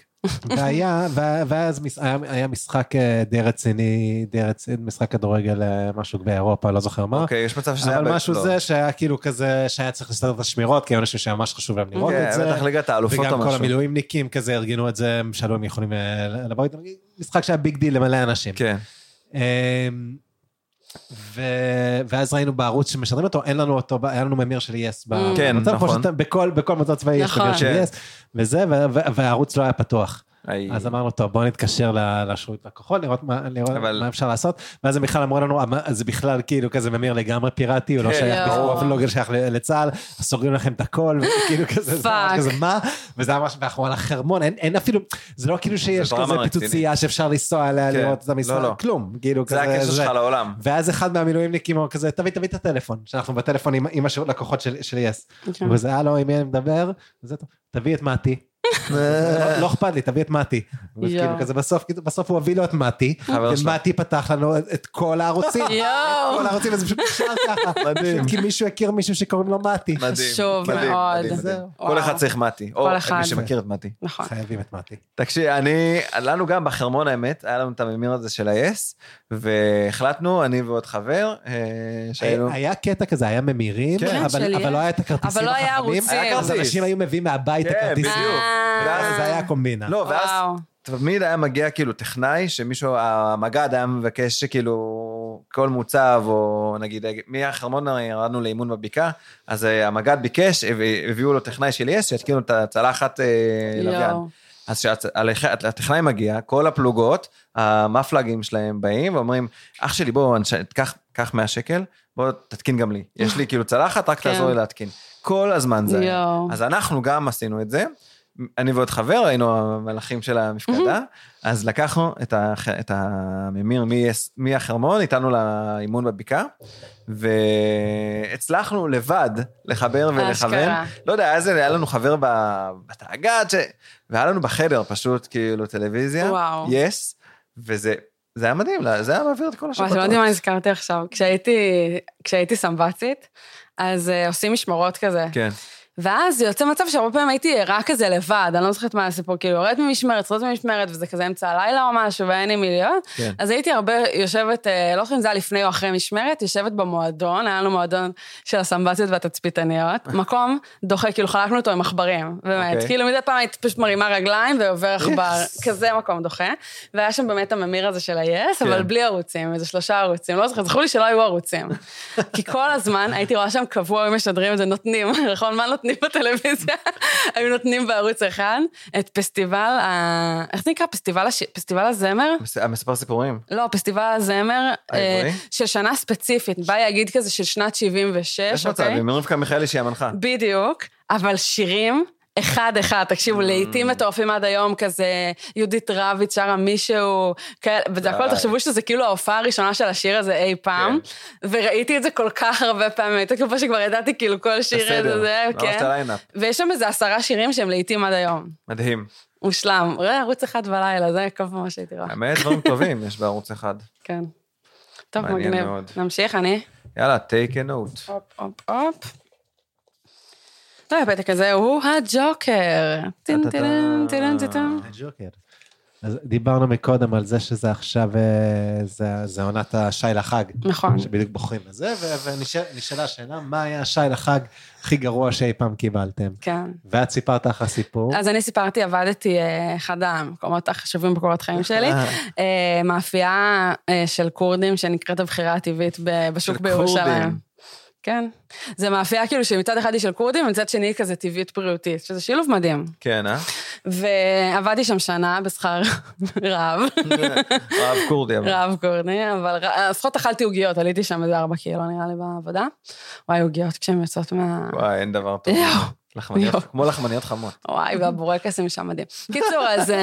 ואז היה משחק די רציני, משחק כדורגל, משהו באירופה, לא זוכר מה. אוקיי, יש מצב שזה היה... אבל משהו זה שהיה כאילו כזה, שהיה צריך לסדר את השמירות, כי היו אנשים שהיה ממש חשוב להם לראות את זה. בטח ליגת האלופות או משהו. וגם כל המילואימניקים כזה ארגנו את זה, שלא הם יכולים לבוא איתם. משחק שהיה ביג דיל למלא אנשים. כן. ואז ראינו בערוץ שמשדרים אותו, אין לנו אותו, היה לנו ממיר של יס. כן, נכון. בכל מצב צבאי יש ממיר של יס, וזה, והערוץ לא היה פתוח. אז אמרנו, טוב, בואו נתקשר לשירות לקוחות, לראות מה אפשר לעשות, ואז הם בכלל אמרו לנו, זה בכלל כאילו כזה ממיר לגמרי פיראטי, הוא לא שייך בכלל, אפילו לא שייך לצה"ל, סוגרים לכם את הכל, וכאילו כזה, מה? וזה ממש, ואנחנו על החרמון, אין אפילו, זה לא כאילו שיש כזה פיצוצייה שאפשר לנסוע עליה, לראות את המשרד, כלום, כאילו כזה. זה הקשר שלך לעולם. ואז אחד מהמילואימניקים הוא כזה, תביא את הטלפון, שאנחנו בטלפון עם השירות לקוחות של יס. וזה, הלו, עם מי אני מדבר? תביא את מתי. לא אכפת לי, תביא את מתי. בסוף הוא הביא לו את מתי, ומתי פתח לנו את כל הערוצים. כל הערוצים, וזה פשוט נשאר ככה. מדהים. כי מישהו הכיר מישהו שקוראים לו מתי. חשוב מאוד. כל אחד צריך מתי. או מי שמכיר את מתי. חייבים את מתי. תקשיב, לנו גם בחרמון האמת, היה לנו את הממיר הזה של ה-yes, והחלטנו, אני ועוד חבר, היה קטע כזה, היה ממירים, אבל לא היה את הכרטיסים החכמים. אז אנשים היו מביאים מהבית את הכרטיסים. ואז זה היה קומבינה. לא, ואז תמיד היה מגיע כאילו טכנאי, שמישהו, המגד היה מבקש שכאילו כל מוצב, או נגיד, מהחרמון ירדנו לאימון בבקעה, אז המגד ביקש, הביאו לו טכנאי של יס, שהתקינו את הצלחת לוויין. אז כשהטכנאי מגיע, כל הפלוגות, המפלגים שלהם באים, ואומרים, אח שלי, בוא, קח 100 שקל, בוא תתקין גם לי. יש לי כאילו צלחת, רק תעזור לי להתקין. כל הזמן זה היה. אז אנחנו גם עשינו את זה, אני ועוד חבר, היינו המלאכים של המפקדה, אז לקחנו את הממיר מהחרמון, איתנו לאימון בבקעה, והצלחנו לבד לחבר ולכוון. לא יודע, אז היה לנו חבר בתאגד, והיה לנו בחדר פשוט כאילו טלוויזיה, יס, וזה היה מדהים, זה היה מעביר את כל השבתות. אתם יודעים מה נזכרתי עכשיו, כשהייתי סמב"צית, אז עושים משמרות כזה. כן. ואז יוצא מצב שהרבה פעמים הייתי רק כזה לבד, אני לא זוכרת מה הסיפור, כאילו יורד ממשמרת, צרות ממשמרת, וזה כזה אמצע הלילה או משהו, ואין עם מיליון, אז הייתי הרבה יושבת, לא חושבים זה היה לפני או אחרי משמרת, יושבת במועדון, היה לנו מועדון של הסמב"ציות והתצפיתניות, מקום דוחה, כאילו חלקנו אותו עם עכברים, באמת, כאילו מדי פעם הייתי פשוט מרימה רגליים ועובר עכבר, כזה מקום דוחה, והיה שם באמת הממיר הזה של ה-yes, אבל בלי ערוצים, איזה 3 ערוצים, לא זוכרת, זכרו לי שלא היו ערוצים, כי כל הזמן הייתי רואה שם קבוע, משדרים את זה, נותנים, נכון, מה נותנים בטלוויזיה, היו נותנים בערוץ אחד את פסטיבל, איך זה נקרא? פסטיבל הזמר? המספר סיפורים. לא, פסטיבל הזמר של שנה ספציפית, בא יגיד כזה של שנת 76, יש מצב, עם רבקה מיכאלי שהיא המנחה. בדיוק, אבל שירים, אחד, תקשיבו, לעתים מטורפים עד היום, כזה יהודית רביץ, שרה מישהו, וזה הכל, תחשבו שזה כאילו ההופעה הראשונה של השיר הזה אי פעם, וראיתי את זה כל כך הרבה פעמים, הייתה כמו שכבר ידעתי כאילו כל שיר הזה, כן, ויש שם איזה 10 שירים שהם לעתים עד היום. מדהים. מושלם, ראה, ערוץ אחד בלילה, זה קו ממש שהייתי רואה. האמת, דברים טובים, יש בערוץ אחד. כן. טוב, מגניב. נמשיך, אני? יאללה, take a note. הופ. לא, הפתק הזה הוא הג'וקר. הג'וקר. אז דיברנו מקודם על זה שזה עכשיו, זה עונת השי לחג. נכון. שבדיוק בוחרים לזה, ונשאלה השאלה, מה היה השי לחג הכי גרוע שאי פעם קיבלתם? כן. ואת סיפרת אחרי סיפור. אז אני סיפרתי, עבדתי אחד המקומות החשובים בקורות חיים שלי, מאפייה של קורדים שנקראת הבחירה הטבעית בשוק בירושלים. כן, זה מאפייה כאילו שמצד אחד היא של קורדים, ומצד שני היא כזה טבעית בריאותית, שזה שילוב מדהים. כן, ועבדתי שם שנה בשכר רב. רב קורדי. רב קורדי, אבל לפחות אכלתי עוגיות, עליתי שם איזה 4 קילו נראה לי בעבודה. וואי, עוגיות כשהן יוצאות מה... וואי, אין דבר טוב. כמו לחמניות חמות. וואי, והבורקסים שם מדהים. קיצור,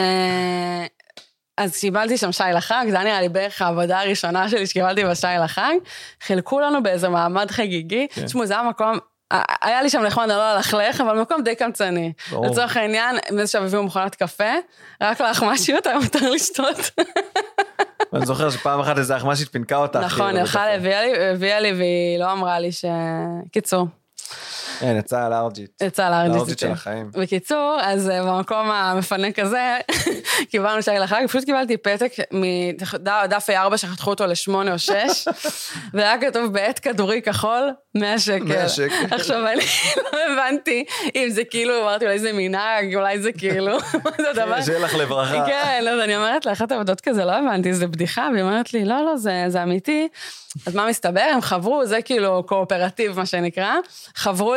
אז קיבלתי שם שי לחג, זה היה נראה לי בערך העבודה הראשונה שלי שקיבלתי בשי לחג, חילקו לנו באיזה מעמד חגיגי, תשמעו, זה המקום, היה לי שם נחמד, אני לא הלכלך, אבל מקום די קמצני. לצורך העניין, באיזשהו הביאו מכונת קפה, רק לאחמשיות, היה מותר לשתות. אני זוכר שפעם אחת איזה אחמשית פינקה אותך. נכון, הביאה לי, והיא לא אמרה לי קיצור. כן, יצא על הארג'ית. יצא על הארג'ית. הארג'ית של החיים. בקיצור, אז במקום המפנק הזה, קיבלנו שי לחג, פשוט קיבלתי פתק מדף A4 שחתכו אותו ל8 או 6, והיה כתוב בעת כדורי כחול, 100 שקל. 100 שקל. עכשיו אני לא הבנתי אם זה כאילו, אמרתי אולי זה מנהג, אולי זה כאילו, מה זה הדבר? שיהיה לך לברכה. כן, אז אני אומרת לה, אחת העבודות כזה, לא הבנתי, זה בדיחה, והיא אומרת לי, לא, זה אמיתי. אז מה מסתבר? הם חברו, זה כאילו קואופרטיב, מה שנקרא, חברו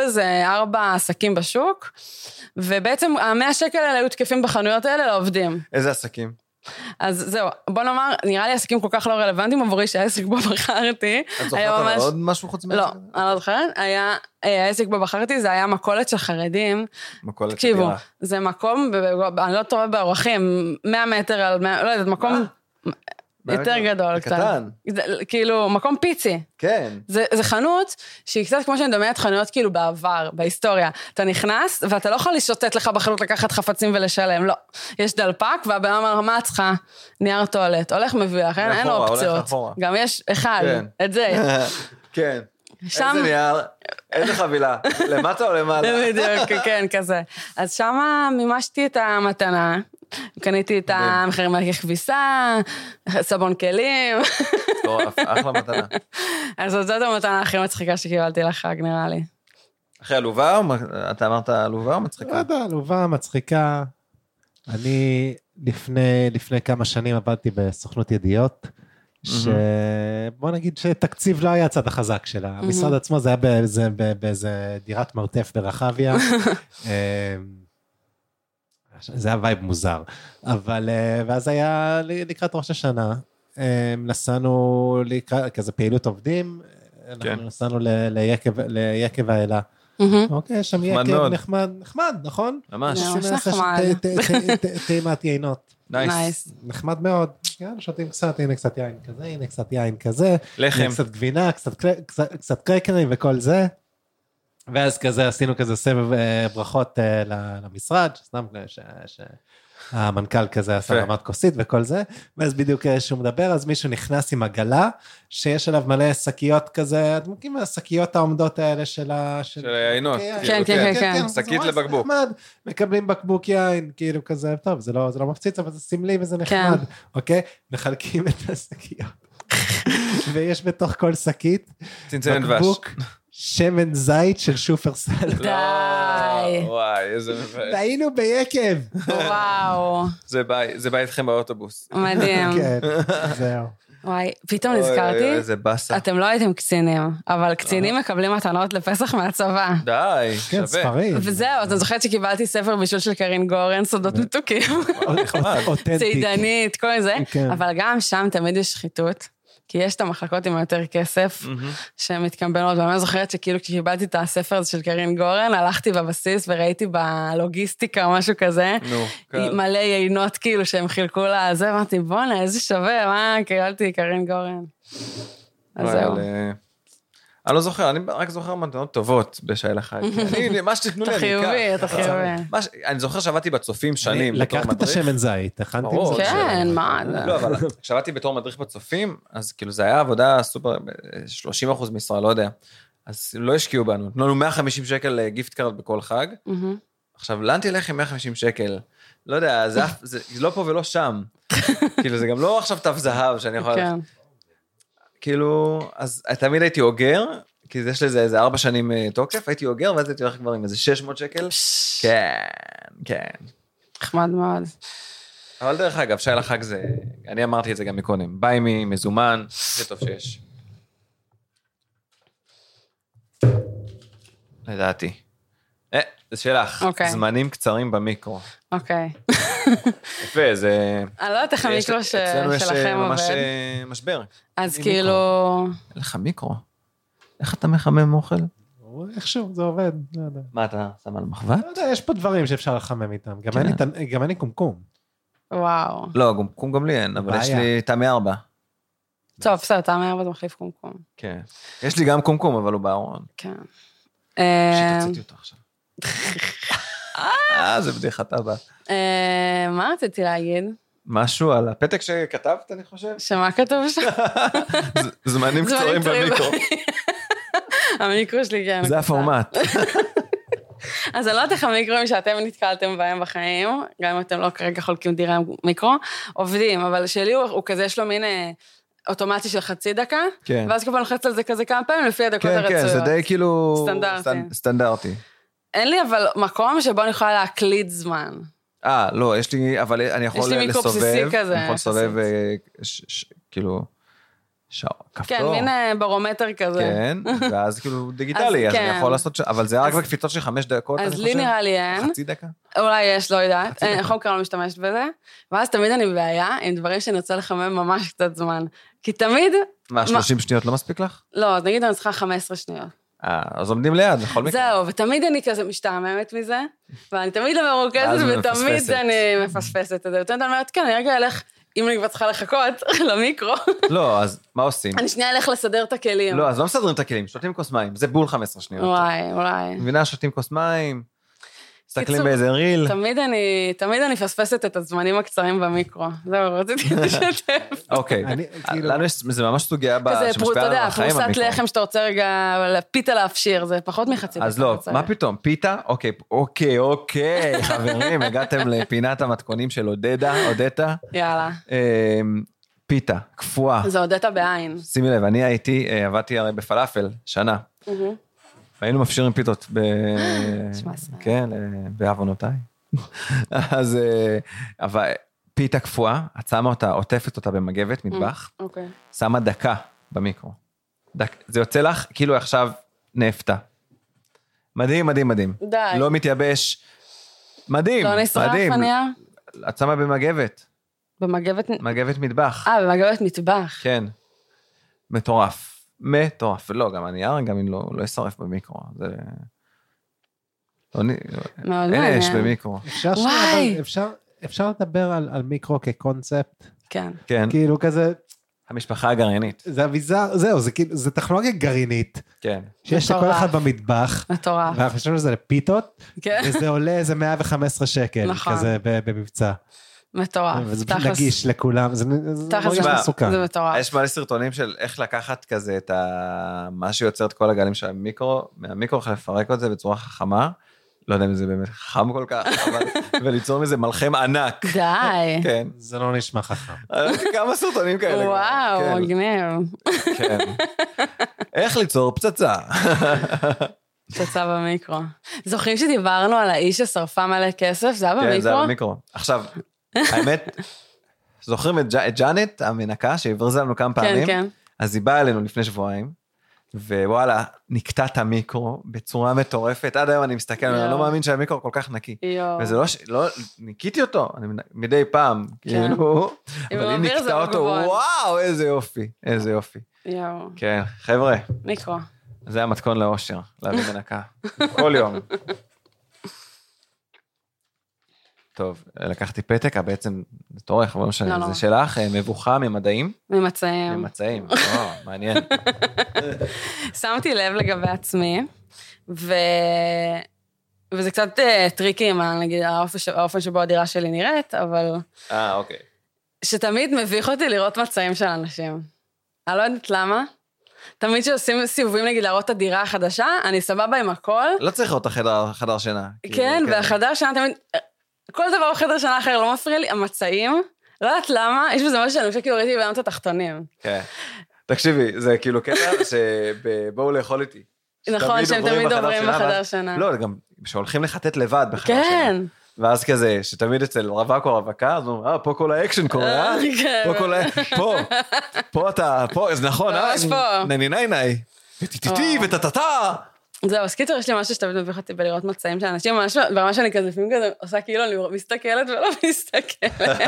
איזה 4 עסקים בשוק, ובעצם 100 שקל האלה היו תקפים בחנויות האלה לעובדים. איזה עסקים? אז זהו, בוא נאמר, נראה לי עסקים כל כך לא רלוונטיים עבורי שהעסק בו בחרתי. את זוכרת על עוד משהו חוץ מהעסק? לא, אני לא זוכרת. העסק בו בחרתי, זה היה מכולת של חרדים. מכולת של דירה. זה מקום, אני לא טובה באורחים, 100 מטר על 100, לא יודעת, מקום יותר גדול קצת. קטן. כאילו, מקום פיצי. כן. זה חנות שהיא קצת כמו שאני מדמיינת חנויות כאילו בעבר, בהיסטוריה. אתה נכנס ואתה לא יכול לשוטט לך בחנות לקחת חפצים ולשלם, לא. יש דלפק והבן אומר, מה את צריכה? נייר טואלט. הולך מביא לך, אין אופציות. גם יש אחד, את זה. כן. איזה נייר, איזה חבילה, למטה או למעלה? בדיוק, כן, כזה. אז שמה מימשתי את המתנה, קניתי את המחירים על כביסה, סבון כלים. אחלה מתנה. אז זאת המתנה הכי מצחיקה שקיבלתי לחג, נראה לי. אחרי עלובה, אתה אמרת עלובה או מצחיקה? לא יודע, עלובה, מצחיקה. אני לפני כמה שנים עבדתי בסוכנות ידיעות, שבוא נגיד שתקציב לא היה הצד החזק שלה. המשרד עצמו זה היה באיזה דירת מרתף ברחביה. זה היה וייב מוזר. אבל, ואז היה לקראת ראש השנה, נסענו כזה פעילות עובדים, אנחנו נסענו ליקב האלה. אוקיי, שם יקב נחמד, נכון? ממש. נחמד. טעימת יינות. נייס. נחמד מאוד. שותים קצת, הנה קצת יין כזה, הנה קצת יין כזה. לחם. קצת גבינה, קצת קרקרים וכל זה. ואז כזה עשינו כזה סבב ברכות למשרד, סתם שהמנכ"ל כזה עשה רמת כוסית וכל זה, ואז בדיוק שהוא מדבר, אז מישהו נכנס עם עגלה, שיש עליו מלא שקיות כזה, אתם מכירים השקיות העומדות האלה של העינות. כן, כן, כן. שקית לבקבוק. מקבלים בקבוק יין, כאילו כזה, טוב, זה לא מפציץ, אבל זה סמלי וזה נחמד, אוקיי? מחלקים את השקיות. ויש בתוך כל שקית, בקבוק, שמן זית של שופרסל. די. וואי, איזה מבאס. והיינו ביקב. וואו. זה בא איתכם באוטובוס. מדהים. כן, זהו. וואי, פתאום נזכרתי, איזה בסה. אתם לא הייתם קצינים, אבל קצינים מקבלים מתנות לפסח מהצבא. די, כן, ספרים. וזהו, אתה זוכרת שקיבלתי ספר בישול של קרין גורן, סודות מתוקים. ציידנית, כל זה. אבל גם שם תמיד יש שחיתות. כי יש את המחלקות עם יותר כסף, שהן מתקמבנות, ואני זוכרת שכאילו כשקיבלתי את הספר הזה של קרין גורן, הלכתי בבסיס וראיתי בלוגיסטיקה או משהו כזה, מלא יינות כאילו שהם חילקו לה, זה אמרתי, בונה, איזה שווה, מה, קיבלתי קרין גורן. אז זהו. אני לא זוכר, אני רק זוכר מתנות טובות בשי לחג. מה שתתנו לי, אני אקח. אתה חיובי. אני זוכר שעבדתי בצופים שנים. לקחתי את השמן זית, הכנתי את זה. כן, מה? לא, אבל כשעבדתי בתור מדריך בצופים, אז כאילו זה היה עבודה סופר, 30% משרה, לא יודע. אז לא השקיעו בנו. נתנו לנו 150 שקל גיפט קארד בכל חג. עכשיו, לאן תלך עם 150 שקל? לא יודע, זה לא פה ולא שם. כאילו, זה גם לא עכשיו תו זהב שאני יכול... כאילו, אז תמיד הייתי אוגר, כי יש לזה איזה 4 שנים תוקף, הייתי אוגר, ואז הייתי הולך כבר עם איזה 600 שקל. כן, כן. נחמד מאוד. אבל דרך אגב, שי לחג זה, אני אמרתי את זה גם מקודם, ביי מזומן, זה טוב שיש. לדעתי. זה שלך, זמנים קצרים במיקרו. אוקיי. יפה, זה... אני לא יודעת איך המיקרו שלכם עובד. אצלנו יש ממש משבר. אז כאילו... אין לך מיקרו. איך אתה מחמם אוכל? איכשהו, זה עובד, לא יודע. מה, אתה שם על מחבת? לא יודע, יש פה דברים שאפשר לחמם איתם. גם אין לי קומקום. וואו. לא, קומקום גם לי אין, אבל יש לי תמי 4. טוב, בסדר, תמי 4 זה מחליף קומקום. כן. יש לי גם קומקום, אבל הוא בארון. כן. שתציתי אותו עכשיו. זה בדיחת אבא. מה רציתי להגיד? משהו על הפתק שכתבת, אני חושב? שמה כתוב שם? זמנים קצרים במיקרו. המיקרו שלי, כן. זה הפורמט. אז אני לא יודעת איך המיקרוים שאתם נתקלתם בהם בחיים, גם אם אתם לא כרגע חולקים דירה עם מיקרו, עובדים, אבל שלי הוא כזה, יש לו מין אוטומטי של חצי דקה, ואז כבר נחץ על זה כזה כמה פעמים, לפי הדקות הרצויות. כן, זה די כאילו... סטנדרטי. אין לי אבל מקום שבו אני יכולה להקליד זמן. לא, יש לי, אבל אני יכול לסובב. יש לי מיקרו בסיסי כזה. אני יכול לסובב, כאילו, כפתור. כן, מין ברומטר כזה. כן, ואז כאילו דיגיטלי, אז אני יכול לעשות, אבל זה רק בקפיצות של 5 דקות, אז לי נראה לי אין. חצי דקה? אולי יש, לא יודעת. יכול קרוא לא משתמשת בזה. ואז תמיד אני בבעיה עם דברים שאני רוצה לחמם ממש קצת זמן. כי תמיד... מה, 30 שניות לא מספיק לך? לא, אז נגיד אני צריכה 15 שניות. אז עומדים ליד, בכל מקרה. זהו, ותמיד אני כזה משתעממת מזה, ואני תמיד לא מרוכזת, ותמיד אני מפספסת את זה. ותמיד אני אומרת, כן, אני רגע אלך, אם אני כבר צריכה לחכות למיקרו. לא, אז מה עושים? אני שנייה אלך לסדר את הכלים. לא, אז לא מסדרים את הכלים, שותים כוס מים, זה בול 15 שניות. וואי. מבינה, שותים כוס מים, מסתכלים באיזה ריל. תמיד אני פספסת את הזמנים הקצרים במיקרו. זהו, רציתי לשתף. אוקיי, לנו זה ממש סוגיה שמשפיעה על החיים במיקרו. פרוסת לחם שאתה רוצה רגע פיתה להפשיר, זה פחות מחצי דקה. אז לא, מה פתאום, פיתה? אוקיי, חברים, הגעתם לפינת המתכונים של עודתה. יאללה. פיתה, קפואה. זה עודתה בעין. שימי לב, אני עבדתי הרי בפלאפל, שנה. והיינו מפשירים פיתות כן, בעוונותיי. אז, אבל פיתה קפואה, את שמה אותה, עוטפת אותה במגבת, מטבח, שמה דקה במיקרו. זה יוצא לך כאילו עכשיו נפתה. מדהים. די. לא מתייבש. מדהים. לא נשרף, עניה? את שמה במגבת. מגבת מטבח. במגבת מטבח. כן. מטורף. לא, גם הנייר, גם אם לא ישרף במיקרו, זה... אין אש במיקרו. אפשר לדבר על מיקרו כקונספט? כן. כאילו כזה... המשפחה הגרעינית. זה אביזר, זהו, זה טכנולוגיה גרעינית. כן. שיש לכל אחד במטבח. מטורף. ואנחנו חושבים שזה לפיתות, וזה עולה איזה 115 שקל, כזה במבצע. מטורף. וזה פשוט נגיש לכולם, זה מסוכן. זה מטורף. יש מלא סרטונים של איך לקחת כזה את מה שיוצר את כל הגלים של המיקרו, מהמיקרו איך לפרק את זה בצורה חכמה, לא יודע אם זה באמת חכם כל כך, וליצור מזה מלחם ענק. די. כן. זה לא נשמע חכם. כמה סרטונים כאלה. וואו, מגניב. כן. איך ליצור פצצה. פצצה במיקרו. זוכרים שדיברנו על האיש ששרפה מלא כסף? זה היה במיקרו? כן, זה היה במיקרו. עכשיו, האמת, זוכרים את ג'אנט, המנקה, שהברזה לנו כמה פעמים? כן. אז היא באה אלינו לפני שבועיים, ווואלה, נקטע את המיקרו בצורה מטורפת. עד היום אני מסתכל, אני לא מאמין שהמיקרו כל כך נקי. וזה לא, ניקיתי אותו, מדי פעם, כאילו, אבל היא נקטע אותו, וואו, איזה יופי. כן, חבר'ה. מיקרו. זה המתכון לאושר, להביא מנקה. כל יום. טוב, לקחתי פתק, בעצם, זה טורח, אבל לא משנה, זה שלך, מבוכה ממדעים? ממצאים. מעניין. שמתי לב לגבי עצמי, וזה קצת טריקי, נגיד, האופן שבו הדירה שלי נראית, אבל... אוקיי. שתמיד מביך אותי לראות מצעים של אנשים. אני לא יודעת למה. תמיד שעושים סיבובים, נגיד, להראות את הדירה החדשה, אני סבבה עם הכל. לא צריך לראות את החדר שינה. כן, והחדר שינה תמיד... כל דבר בחדר שנה אחר לא מפריע לי, המצעים, לא יודעת למה, יש בזה משהו שאני חושב כאילו ראיתי בעולם את התחתונים. כן. תקשיבי, זה כאילו קטע שבואו לאכול איתי. נכון, שהם תמיד עוברים בחדר שנה. לא, גם שהולכים לחטט לבד בחדר שנה. כן. ואז כזה, שתמיד אצל רווק או רווקה, אז אומרים, פה כל האקשן קורה, פה כל האקשן, פה אתה, פה, אז נכון, ניי, וטטטה. זהו, אז קיצור, יש לי משהו שתמיד מביך אותי בלראות מצעים של אנשים, ברמה שאני כזה, לפעמים כזה עושה כאילו, אני מסתכלת ולא מסתכלת.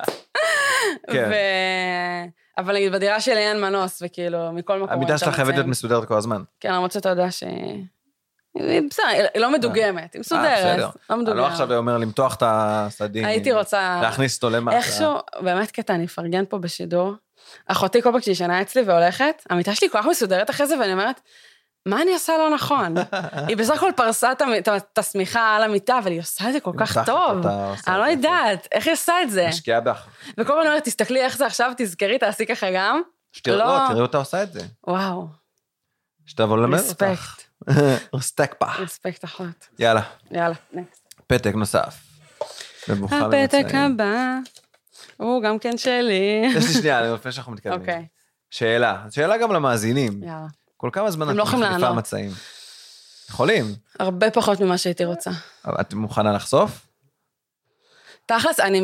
אבל נגיד, בדירה שלי אין מנוס, וכאילו, מכל מקום... המידה שלך חייבת להיות מסודרת כל הזמן. כן, למרות שאתה יודע בסדר, היא לא מדוגמת, היא מסודרת, לא מדוגמת. אני לא עכשיו אומר למתוח את הסדים. הייתי רוצה... להכניס אותו למטה. איכשהו, באמת קטע, אני אפרגן פה בשידור. אחותי כל פעם כשהיא שנה אצלי והולכת, המיטה שלי כל כך מסודרת אחרי זה, ואני אומרת, מה אני עושה לא נכון? היא בסך הכל פרסה את הסמיכה על המיטה, אבל היא עושה את זה כל כך טוב. אני לא יודעת, איך היא עושה את זה? משקיעה בך. וכל פעם אני אומרת, תסתכלי איך זה עכשיו, תזכרי, תעשי ככה גם. לא, תראי אותה עושה את זה. וואו. שתבוא ללמד אותך. רספקט אחות. יאללה. נקסט. פתק נוסף. הפתק הבא. הוא גם כן שלי. יש לי שנייה, לפני שאנחנו מתקדמים. אוקיי. שאלה גם למאזינים. יאללה. כל כמה זמן אתם מחליפה מצעים? יכולים. הרבה פחות ממה שהייתי רוצה. את מוכנה לחשוף? תכלס,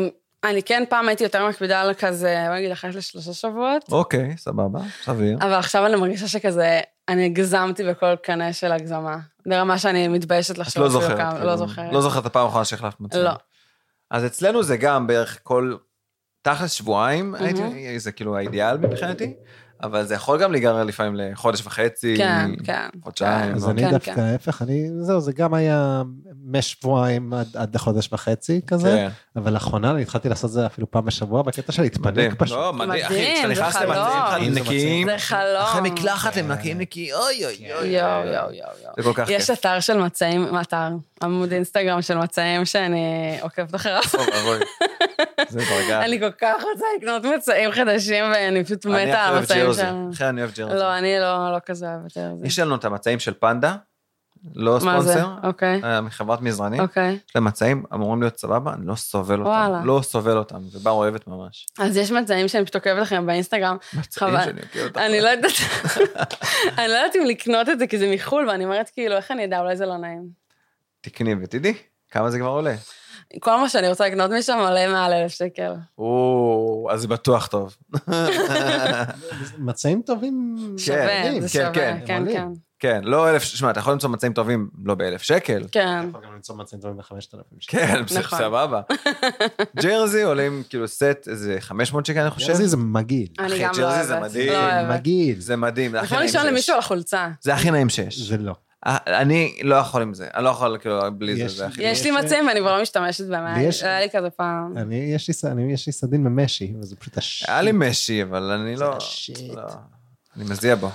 אני כן פעם הייתי יותר מקפידה על כזה, בוא נגיד, אחת ל3 שבועות. אוקיי, סבבה, סביר. אבל עכשיו אני מרגישה שכזה, אני הגזמתי בכל קנה של הגזמה. ברמה שאני מתביישת לחשוב. את לא זוכרת. לא זוכרת. לא זוכרת את הפעם האחרונה שהחלפת מצעים. לא. אז אצלנו זה גם בערך כל, תכלס שבועיים, זה כאילו האידיאל מבחינתי, אבל זה יכול גם להיגרר לפעמים לחודש וחצי, כן, כן. חודשיים. אז אני דווקא ההפך, זהו, זה גם היה משבועיים עד לחודש וחצי כזה, אבל לאחרונה אני התחלתי לעשות זה אפילו פעם בשבוע, בקטע של להתפנק פשוט. לא, מדהים, אחי, כשאתה נכנס למצעים נקיים, זה חלום. אחרי מקלחת הם נקיים נקי, אוי אוי אוי. יו. זה כל כך כיף. יש אתר של מצעים, עמוד אינסטגרם של מצעים שאני עוקבת אחריו. זה ברגע. אני כל כך רוצה לקנות מצעים חדשים, ואני פשוט מתה על המצעים שלנו. אחרי אני אוהב ג'רזי. לא, אני לא כזה אוהבת ג'רזי. יש לנו את המצעים של פנדה, לא מה זה? ספונסר, אוקיי. מחברת מזרנים. אוקיי. יש להם מצעים, אמורים להיות סבבה, אני לא סובל אותם. וואלה. לא סובל אותם, זה בר אוהבת ממש. אז יש מצעים שאני פשוט עוקבת לכם באינסטגרם. מצעים שאני אוקיע אותם. אני לא יודעת אם לקנות את זה, כי זה מחול, ואני אומרת כאילו, איך אני יודע, אולי זה לא נעים. תקני ותדעי, כמה זה כבר עולה? כל מה שאני רוצה לקנות משם עולה מעל 1,000 שקל. אז זה בטוח טוב. מצעים טובים. שווה, זה שווה, כן. כן, לא 1,000, שמע, אתה יכול למצוא מצעים טובים לא ב1,000 שקל. כן. אתה יכול גם למצוא מצעים טובים ב5,000 שקל. כן, סבבה. ג'רזי עולים כאילו סט, איזה 500 שקל אני חושב. ג'רזי זה מגעיל. אני גם לא ג'רזי זה אוהבת. מדהים. מגעיל. זה מדהים, זה הכי יכול נעים לשאול שיש. למישהו על החולצה. זה הכי נעים שיש. זה לא. אני לא יכול עם זה, אני לא יכול כאילו בלי זה, זה הכי נעים. יש לי מצעים ואני כבר לא משתמשת במה. היה לי כזה פעם. יש לי סדין ממשי, וזה פשוט היה לי משי, אבל אני לא... אני מזיע בו.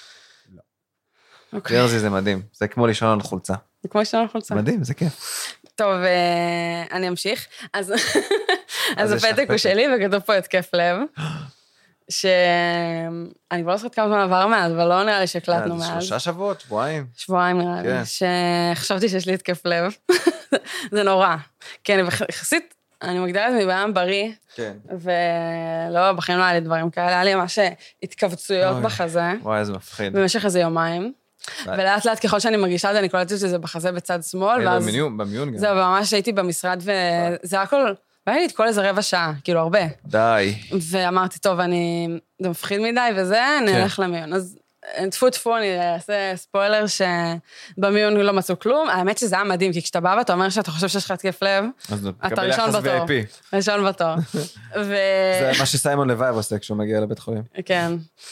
ג'רזי זה מדהים, זה כמו לישון על חולצה. זה כמו לישון על חולצה. מדהים, זה כיף. טוב, אני אמשיך. אז הפתק הוא שלי, וכתוב פה התקף לב, שאני כבר לא זוכרת כמה זמן עבר מאז, אבל לא נראה לי שהקלטנו מאז. 3 שבועות, שבועיים. שבועיים נראה לי, שחשבתי שיש לי התקף לב. זה נורא. כן, יחסית, אני מגדרת מבעם בריא, ולא, בחיים לא היה לי דברים כאלה, היה לי ממש התכווצויות בחזה. וואי, איזה מפחיד. במשך איזה יומיים. ולאט לאט ככל שאני מרגישה את זה, אני קולטת שזה בחזה בצד שמאל, ואז... במיון גם. זהו, ממש הייתי במשרד, וזה הכל... והיה לי את כל איזה רבע שעה, כאילו הרבה. די. ואמרתי, טוב, זה מפחיד מדי, וזה, אני אלך למיון. אז טפו, אני אעשה ספוילר שבמיון לא מצאו כלום. האמת שזה היה מדהים, כי כשאתה בא ואתה אומר שאתה חושב שיש לך התקף לב, אתה ראשון בתור. ראשון בתור. זה מה שסיימון לוייב עושה כשהוא מגיע לבית חולים. כן.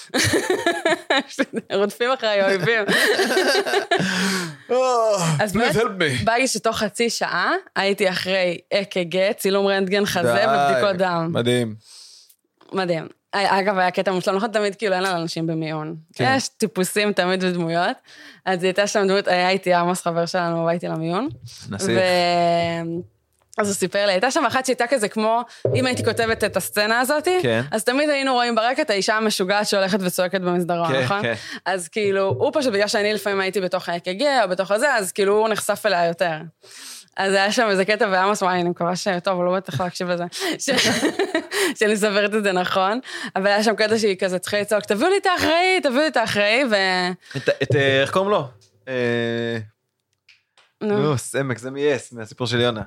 רודפים אחרי אויבים. אז באמת, בגלל שתוך חצי שעה, הייתי אחרי אק"ג, צילום רנטגן חזה ובדיקות דם. מדהים. מדהים. אגב, היה קטע מושלם, נכון תמיד כאילו אין על אנשים במיון. יש טיפוסים תמיד ודמויות, אז הייתה שם דמות, היה איתי עמוס חבר שלנו, והייתי למיון. נסיך. אז הוא סיפר לי, הייתה שם אחת שהייתה כזה כמו, אם הייתי כותבת את הסצנה הזאת, אז תמיד היינו רואים ברקע את האישה המשוגעת שהולכת וצועקת במסדרון, נכון? אז כאילו, הוא פשוט, בגלל שאני לפעמים הייתי בתוך ה-EKG או בתוך הזה, אז כאילו הוא נחשף אליה יותר. אז היה שם איזה קטע ועמוס, וואי, אני מקווה שטוב, הוא לא בטח להקשיב לזה, שאני סברת את זה נכון, אבל היה שם קטע שהיא כזה צריכה לצעוק, תביאו לי את האחראי, איך קוראים לו? נו, סמק, זה מייס, מהסיפור של יונה.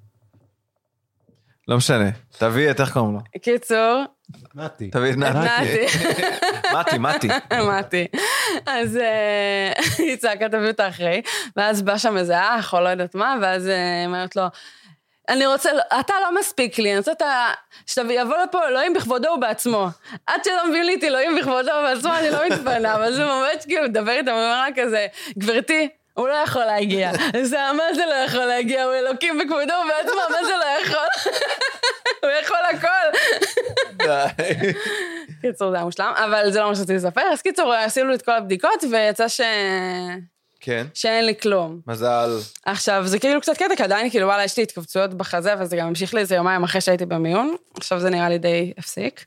לא משנה, תביא את איך קוראים לו. קיצור. נתי. תביא את נתי. מתי. אז היא צעקה, תביאו את האחראי, ואז בא שם איזה אח, או לא יודעת מה, ואז היא אומרת לו, אני רוצה, אתה לא מספיק לי, אני רוצה שיבוא לפה אלוהים בכבודו ובעצמו. עד שלא מביא לי את אלוהים בכבודו ובעצמו, אני לא מתפנה, אבל זה ממש כאילו מדבר איתה, ממש כזה, גברתי, הוא לא יכול להגיע. מה זה לא יכול להגיע? הוא אלוקים בכבודו ובעצמו, מה זה לא יכול? הוא יכול הכל. די. קיצור, זה היה מושלם, אבל זה לא מה שרציתי לספר. אז קיצור, עשינו לי את כל הבדיקות, ויצא שאין לי כלום. מזל. עכשיו, זה כאילו קצת קטע, כי עדיין כאילו, וואלה, יש לי התכווצויות בחזה, וזה גם המשיך לי איזה יומיים אחרי שהייתי במיון. עכשיו זה נראה לי די הפסיק.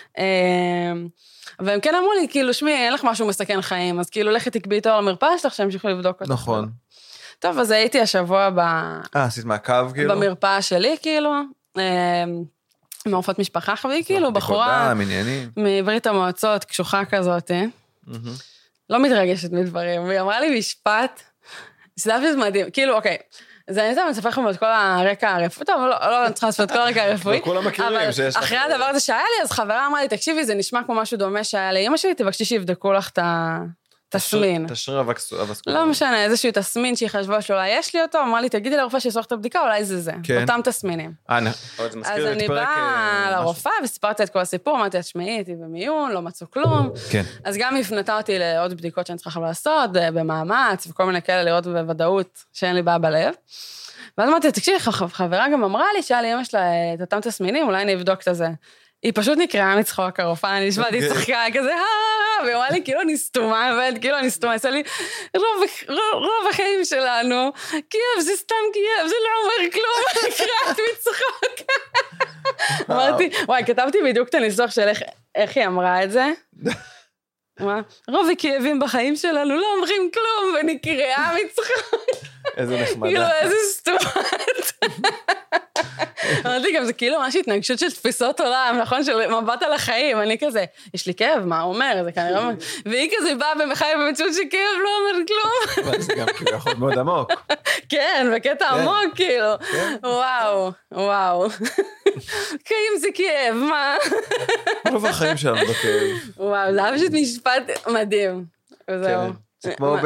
והם כן אמרו לי, כאילו, שמי, אין לך משהו מסכן חיים, אז כאילו, לכי תקבי תור למרפאה שלך, שהם שיכולו לבדוק אותך. נכון. טוב, אז הייתי השבוע עשית מעקב, כאילו? במרפאה שלי, כאילו, מעופות משפחה חווי, כאילו, בחורה מברית המועצות, קשוחה כזאת, לא מתרגשת מדברים, והיא אמרה לי משפט, שזה מדהים, כאילו, אוקיי, אז אני מספר לכם את כל הרקע הרפואי, טוב, לא צריכה לספר את כל הרקע הרפואי. כולם מכירים שיש לך. אחרי הדבר הזה שהיה לי, אז חברה אמרה לי, תקשיבי, זה נשמע כמו משהו דומה שהיה לאמא שלי, תבקשי שיבדקו לך את התסמין. תשריר הווסקולרי. לא משנה, איזשהו תסמין שהיא חשבה שאולי יש לי אותו, אמרה לי, תגידי לרופאה שיעשוך את הבדיקה, אולי זה. אותם תסמינים. אז אני באה לרופאה וסיפרתי את כל הסיפור, אמרתי, תשמעי, הייתי במיון, לא מצאו כלום. אז גם הפנתה אותי לעוד בדיקות שאני צריכה לעשות, במאמץ, וכל מיני כאלה לראות בוודאות שאין לי בעיה בלב. ואז אמרתי, תקשיבי, חברה גם אמרה לי שהיה לי אמא שלה את אותם תסמינים, אולי אני אבדוק את זה. היא פשוט נקראה מצחוק הרופאה, אני נשמעתי צחקה כזה, והיא אמרה לי, כאילו אני סתומה, עשה לי, רוב החיים שלנו, קייב זה סתם קייב, זה לא אומר כלום, נקראת מצחוק. אמרתי, וואי, כתבתי בדיוק את הניסוח של איך היא אמרה את זה. רוב הכאבים בחיים שלנו לא אומרים כלום, ונקראה מצחוק. איזה נחמדה. כאילו, איזה סתומת. אמרתי גם, זה כאילו ממש התנגשות של תפיסות עולם, נכון? של מבט על החיים, אני כזה, יש לי כאב, מה הוא אומר? זה כנראה אומר. והיא כזה באה במחי במציאות שכאב לא אומר כלום. זה גם כאילו יכול מאוד עמוק. כן, בקטע עמוק, כאילו. וואו. חיים זה כאב, מה? רוב החיים שלנו בכאב. וואו, זה היה פשוט משפט מדהים. וזהו. זה כמו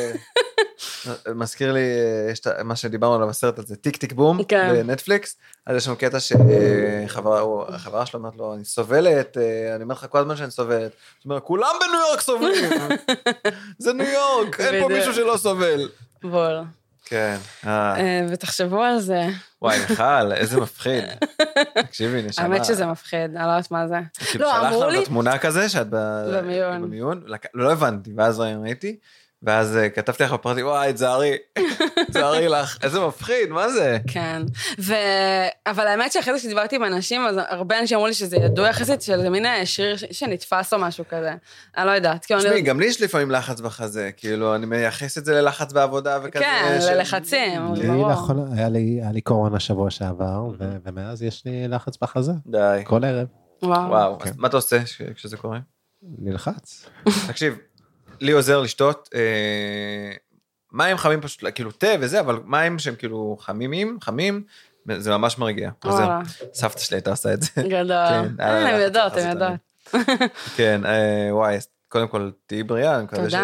מזכיר לי, יש מה שדיברנו עליו בסרט הזה, טיק טיק בום, בנטפליקס, אז יש שם קטע שחברה שלו אומרת לו, אני סובלת, אני אומר לך כל הזמן שאני סובלת, זאת אומרת, כולם בניו יורק סובלים, זה ניו יורק, אין פה מישהו שלא סובל. בול. כן. ותחשבו על זה. וואי, מיכל, איזה מפחיד. תקשיבי, נשמע. האמת שזה מפחיד, אני לא יודעת מה זה. כאילו, שלח לנו את התמונה כזה, שאת במיון, לא הבנתי, ואז ראיתי, ואז כתבתי לך בפרטי, וואי, תזהרי לך, איזה מפחיד, מה זה? כן, אבל האמת שאחרי זה שדיברתי עם אנשים, אז הרבה אנשים אמרו לי שזה ידוע יחסית, שזה מין שריר שנתפס או משהו כזה, אני לא יודעת. תשמעי, גם לי יש לפעמים לחץ בחזה, כאילו, אני מייחס את זה ללחץ בעבודה וכזה. כן, ללחצים. היה לי קורונה שבוע שעבר, ומאז יש לי לחץ בחזה. די. כל ערב. וואו, אז מה אתה עושה כשזה קורה? נלחץ. תקשיב, לי עוזר לשתות מים חמים פשוט, כאילו תה וזה, אבל מים שהם כאילו חמים, זה ממש מרגיע. עוזר. סבתא שלי הייתה עושה את זה. גדול. הם יודעות. כן, וואי, קודם כל תהי בריאה,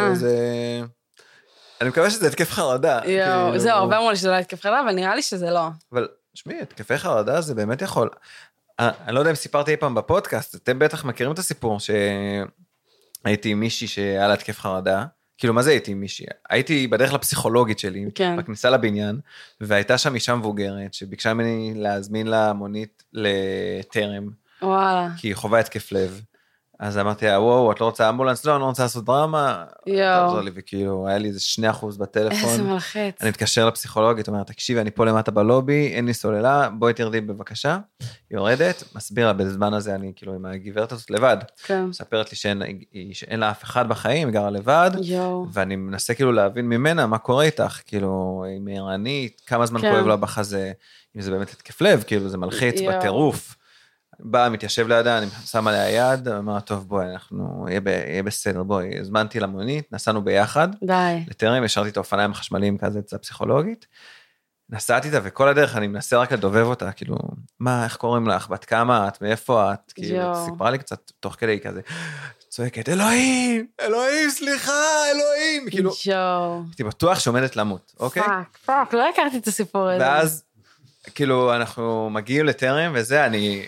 אני מקווה שזה התקף חרדה. זהו, הרבה אמרו לי שזה לא התקף חרדה, אבל נראה לי שזה לא. אבל, שמי, התקפי חרדה זה באמת יכול. אני לא יודע אם סיפרתי אי פעם בפודקאסט, אתם בטח מכירים את הסיפור הייתי עם מישהי שהיה לה התקף חרדה, כאילו מה זה הייתי עם מישהי? הייתי בדרך לפסיכולוגית שלי, בכניסה לבניין, והייתה שם אישה מבוגרת, שביקשה ממני להזמין לה מונית לטרם, כי היא חובה התקף לב, אז אמרתי, וואו, את לא רוצה אמבולנס? לא, אני לא רוצה לעשות דרמה, תעזור לי, וכאילו, היה לי איזה 2% בטלפון, איזה מלחץ. אני מתקשר לפסיכולוגית, אומרת, תקשיבי, אני פה למטה בלובי, אין לי סוללה, בואי תרדי בבקשה, היא יורדת, מסבירה, בזמן הזה אני כאילו עם הגברת הזאת לבד, מספרת לי שאין לה אף אחד בחיים, היא גרה לבד, ואני מנסה כאילו להבין ממנה מה קורה איתך, כאילו, היא מהירנית, כמה זמן כואב לה בחזה, אם זה באמת התקף לב, כאילו זה מלחיץ בטירוף, באה, מתיישב לידה, אני שם עליה יד, אמרה, טוב, בואי, אנחנו, יהיה בסדר, בואי, הזמנתי למונית, נסענו ביחד, לטרם, השארתי את האופניים החשמליים כזה, את הפסיכולוגית, נסעתי איתה, וכל הדרך אני מנסה רק לדובב אותה, כאילו, מה, איך קוראים לך, בת כמה את, מאיפה את, כאילו, סיפרה לי קצת, תוך כדי כזה, צועקת, אלוהים, סליחה, אלוהים, כאילו, הייתי בטוח שעומדת למות, אוקיי? פאק, לא הכרתי את הסיפור הזה. ואז, כאילו, אנחנו מגיעים לטרם, וזה, אני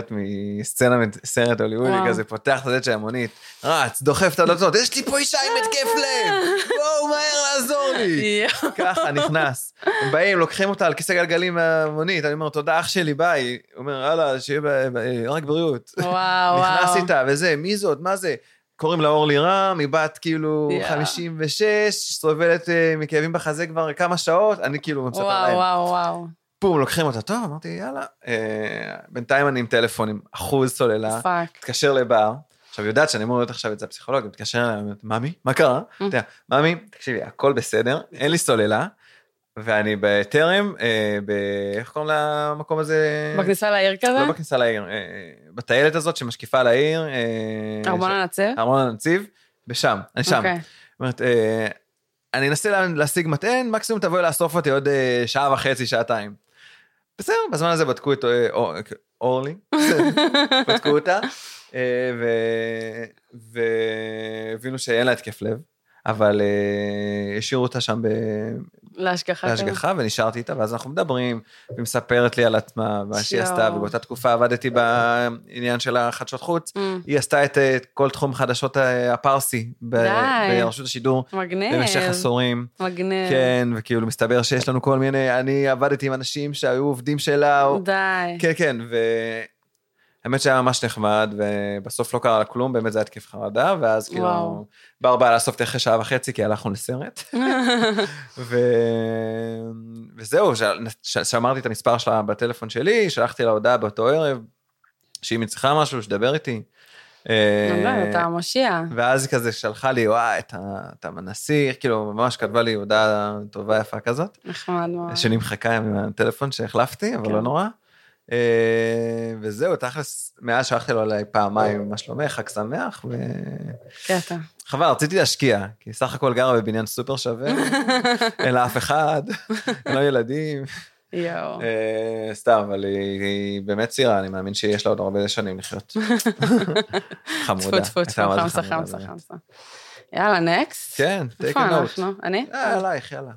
סרט הוליוודי כזה, פותח את הדלת של המונית, רץ, דוחף את הדלתות, יש לי פה אישה עם התקף לב, בואו, מהר לעזור לי. ככה, נכנס. הם באים, לוקחים אותה על כיסא גלגלים מהמונית, אני אומר, תודה, אח שלי, ביי. הוא אומר, הלאה, שיהיה רק בריאות. נכנס איתה, וזה, מי זאת, מה זה? קוראים לה אורלי רם, היא בת כאילו 56, סובלת מכאבים בחזה כבר כמה שעות, אני כאילו מספר להם. וואו. פום, לוקחים אותה, טוב, אמרתי, יאללה, בינתיים אני עם טלפון, עם אחוז סוללה, תתקשר לבר, עכשיו יודעת שאני אמור להיות עכשיו את זה הפסיכולוג, מתקשר אליי, אומרת, ממי, מה קרה? ממי, תקשיבי, הכל בסדר, אין לי סוללה, ואני בטרם, איך קוראים למקום הזה? בכניסה לעיר כזה? לא בכניסה לעיר, בטיילת הזאת שמשקיפה על העיר, ארמון הנציב? ארמון הנציב, בשם, אני שם. אומרת, אני אנסה להשיג מטען, מקסימום תבואי לאסוף אותי עוד שעה וחצי, שעתיים. בסדר, בזמן הזה בדקו את אורלי, בדקו אותה, והבינו שאין לה התקף לב, אבל השאירו אותה שם להשגחה, ונשארתי איתה, ואז אנחנו מדברים, והיא מספרת לי על עצמה, מה שהיא עשתה, ובאותה תקופה עבדתי בעניין של החדשות חוץ, היא עשתה את כל תחום חדשות הפרסי, ברשות השידור, במשך עשורים. מגניב. כן, וכאילו מסתבר שיש לנו כל מיני, אני עבדתי עם אנשים שהיו עובדים שלה. די. כן, כן, האמת שהיה ממש נחמד, ובסוף לא קרה לה כלום, באמת זה היה תקף חרדה, ואז כאילו, באה לאסוף אחרי שעה וחצי, כי הלכנו לסרט. וזהו, שאמרתי את המספר שלה בטלפון שלי, שלחתי לה הודעה באותו ערב, שהיא מצליחה משהו, שדבר איתי. אתה מושיע. ואז היא כזה שלחה לי, וואי, אתה מנסיר, כאילו, ממש כתבה לי הודעה טובה יפה כזאת. נחמד מאוד. שנמחקה עם הטלפון שהחלפתי, אבל לא נורא. וזהו, תכלס, מאז שלחתי לו עליי פעמיים, מה שלומך, חג שמח, קטע. חבל, רציתי להשקיע, כי סך הכל גרה בבניין סופר שווה, אין לה אף אחד, אין לו ילדים. יואו. סתם, אבל היא באמת צעירה, אני מאמין שיש לה עוד הרבה שנים לחיות. חמודה. צפו, חמסה. יאללה, נקסט. כן, take a note. אני? עלייך, יאללה.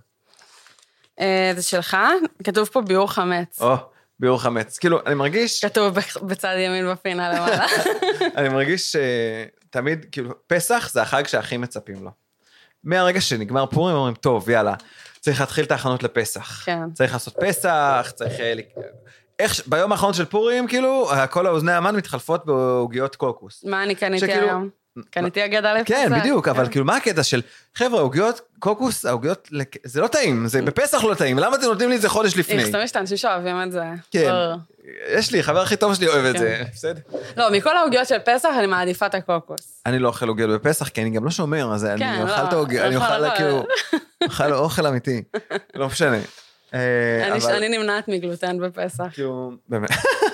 זה שלך? כתוב פה ביור חמץ. ביור חמץ. כאילו, אני מרגיש... כתוב בצד ימין בפינה למעלה. אני מרגיש שתמיד, כאילו, פסח זה החג שהכי מצפים לו. מהרגע שנגמר פורים, אומרים, טוב, יאללה, צריך להתחיל את ההכנות לפסח. כן. צריך לעשות פסח, צריך... ביום האחרון של פורים, כאילו, כל האוזני המן מתחלפות בעוגיות קוקוס. מה אני קניתי היום? קניתי אגדה לפסח. כן, בדיוק, אבל כאילו, מה הקטע של, חבר'ה, עוגיות קוקוס, העוגיות, זה לא טעים, זה בפסח לא טעים, למה אתם נותנים לי את זה חודש לפני? סתם יש את האנשים שאוהבים את זה. כן, יש לי, חבר הכי טוב שלי אוהב את זה, בסדר? לא, מכל העוגיות של פסח אני מעדיפה את הקוקוס. אני לא אוכל עוגיות בפסח, כי אני גם לא שומר, אז אני אוכל את העוגיות, אני אוכל כאילו, אוכל אוכל אמיתי, לא משנה. אני נמנעת מגלוטן בפסח. כאילו, באמת.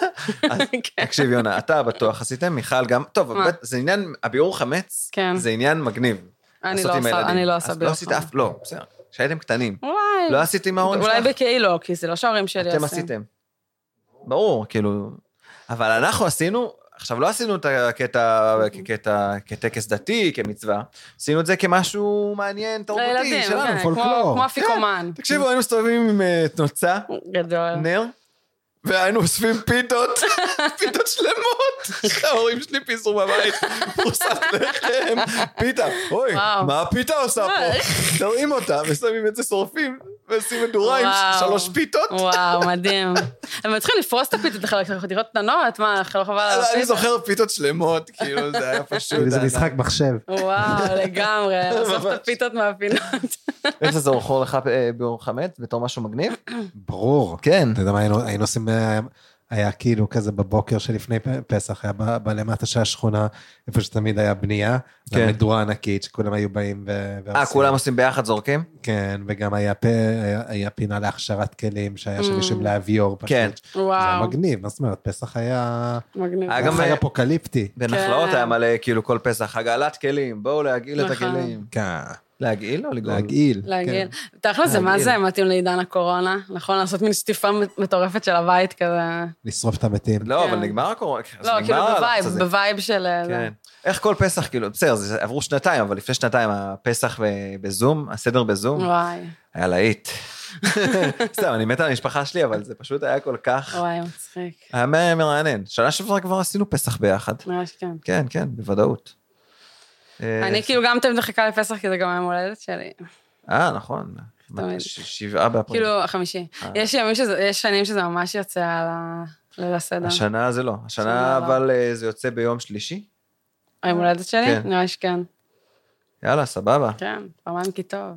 תקשיב, יונה, אתה בטוח עשיתם, מיכל גם, טוב, זה עניין, הביאור חמץ, זה עניין מגניב. אני לא עושה ביאור חמץ. לא, בסדר, כשהייתם קטנים. לא עשיתם מההורים שלך? אולי בקהילו, כי זה לא שההורים שלי עושים. אתם עשיתם. ברור, כאילו, אבל אנחנו עשינו, עכשיו לא עשינו את הקטע כטקס דתי, כמצווה, עשינו את זה כמשהו מעניין, תרבותי שלנו, פולקלור. כמו אפיקומן. תקשיבו, היינו מסתובבים עם תנוצה, נר, והיינו אוספים פיתות שלמות, ההורים שלי פיסו בבית, פרוסת לחם, פיתה, אוי, מה הפיתה עושה פה? תראים אותה, ושמים את זה שורפים, ועושים מדורה עם 3 פיתות. וואו, מדהים. הם מתחילים לפרוס את הפיתות, לראות קטנות, מה, לא חבל על הפיתה? אני זוכר פיתות שלמות, כאילו זה היה פשוט. זה משחק מחשב. וואו, לגמרי, לאסוף את הפיתות מהפינות. איך זה זוכר לך ביאור חמץ, בתור משהו מגניב? ברור. כן. אתה יודע מה, היינו עושים, היה כאילו כזה בבוקר שלפני פסח, היה בלמטה של השכונה, איפה שתמיד היה בנייה, מדורה ענקית, שכולם היו באים כולם עושים ביחד זורקים? כן, וגם היה פינה להכשרת כלים, שהיה שם מישהו לאביור פשוט. כן. זה היה מגניב, מה זאת אומרת, פסח היה... מגניב. היה גם אפוקליפטי. בנחלאות היה מלא, כאילו כל פסח, הגעלת כלים, בואו להגעיל את הכלים. כן. להגעיל או לגעול? להגעיל. תכל'ס, זה מה זה מתאים לעידן הקורונה? נכון, לעשות מין שטיפה מטורפת של הבית כזה. לשרוף את המתים. לא, אבל נגמר הקורונה. לא, כאילו בווייב של... כן. איך כל פסח, כאילו, בסדר, זה עברו 2, אבל לפני 2, הפסח בזום, הסדר בזום, היה להיט. סתם, אני מת על המשפחה שלי, אבל זה פשוט היה כל כך... וואי, מצחיק. היה מרענן. שנה שעברה כבר עשינו פסח ביחד. ממש כן. כן, כן, בוודאות. אני כאילו גם תמיד מחכה לפסח, כי זה גם היום הולדת שלי. נכון. 7 באפריל. כאילו, 5. יש שנים שזה ממש יוצא על הסדר. השנה זה לא. השנה אבל זה יוצא ביום שלישי. היום הולדת שלי? נראה שכן. יאללה, סבבה. כן, פעמיים כי טוב.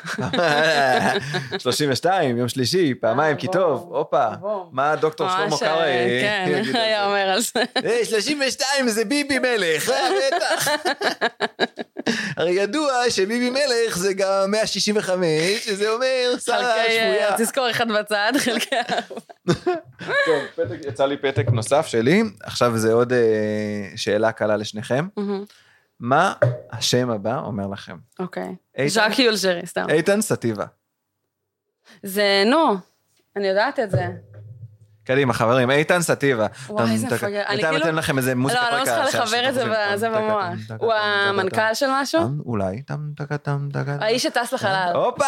32, יום שלישי, פעמיים כי טוב. הופה, מה דוקטור שלמה קרעי? כן, היה אומר על זה. 32 זה ביבי מלך, בטח. הרי ידוע שביבי מלך זה גם 165, שזה אומר שרה שבויה. תזכור אחד בצד, חלקי 4. טוב, יצא לי פתק נוסף שלי, עכשיו זה עוד שאלה קלה לשניכם. מה השם הבא אומר לכם? אוקיי. ז'אק יולג'רי, סתם. איתן סטיבה. זה, נו, אני יודעת את זה. קדימה, חברים, איתן סטיבה. וואי, איזה מפגר. אני כאילו... נתן לכם איזה מוזיקה לא, אני לא צריכה לחבר את זה במוח. הוא המנכ"ל של משהו? אולי. האיש שטס לחלל. הופה,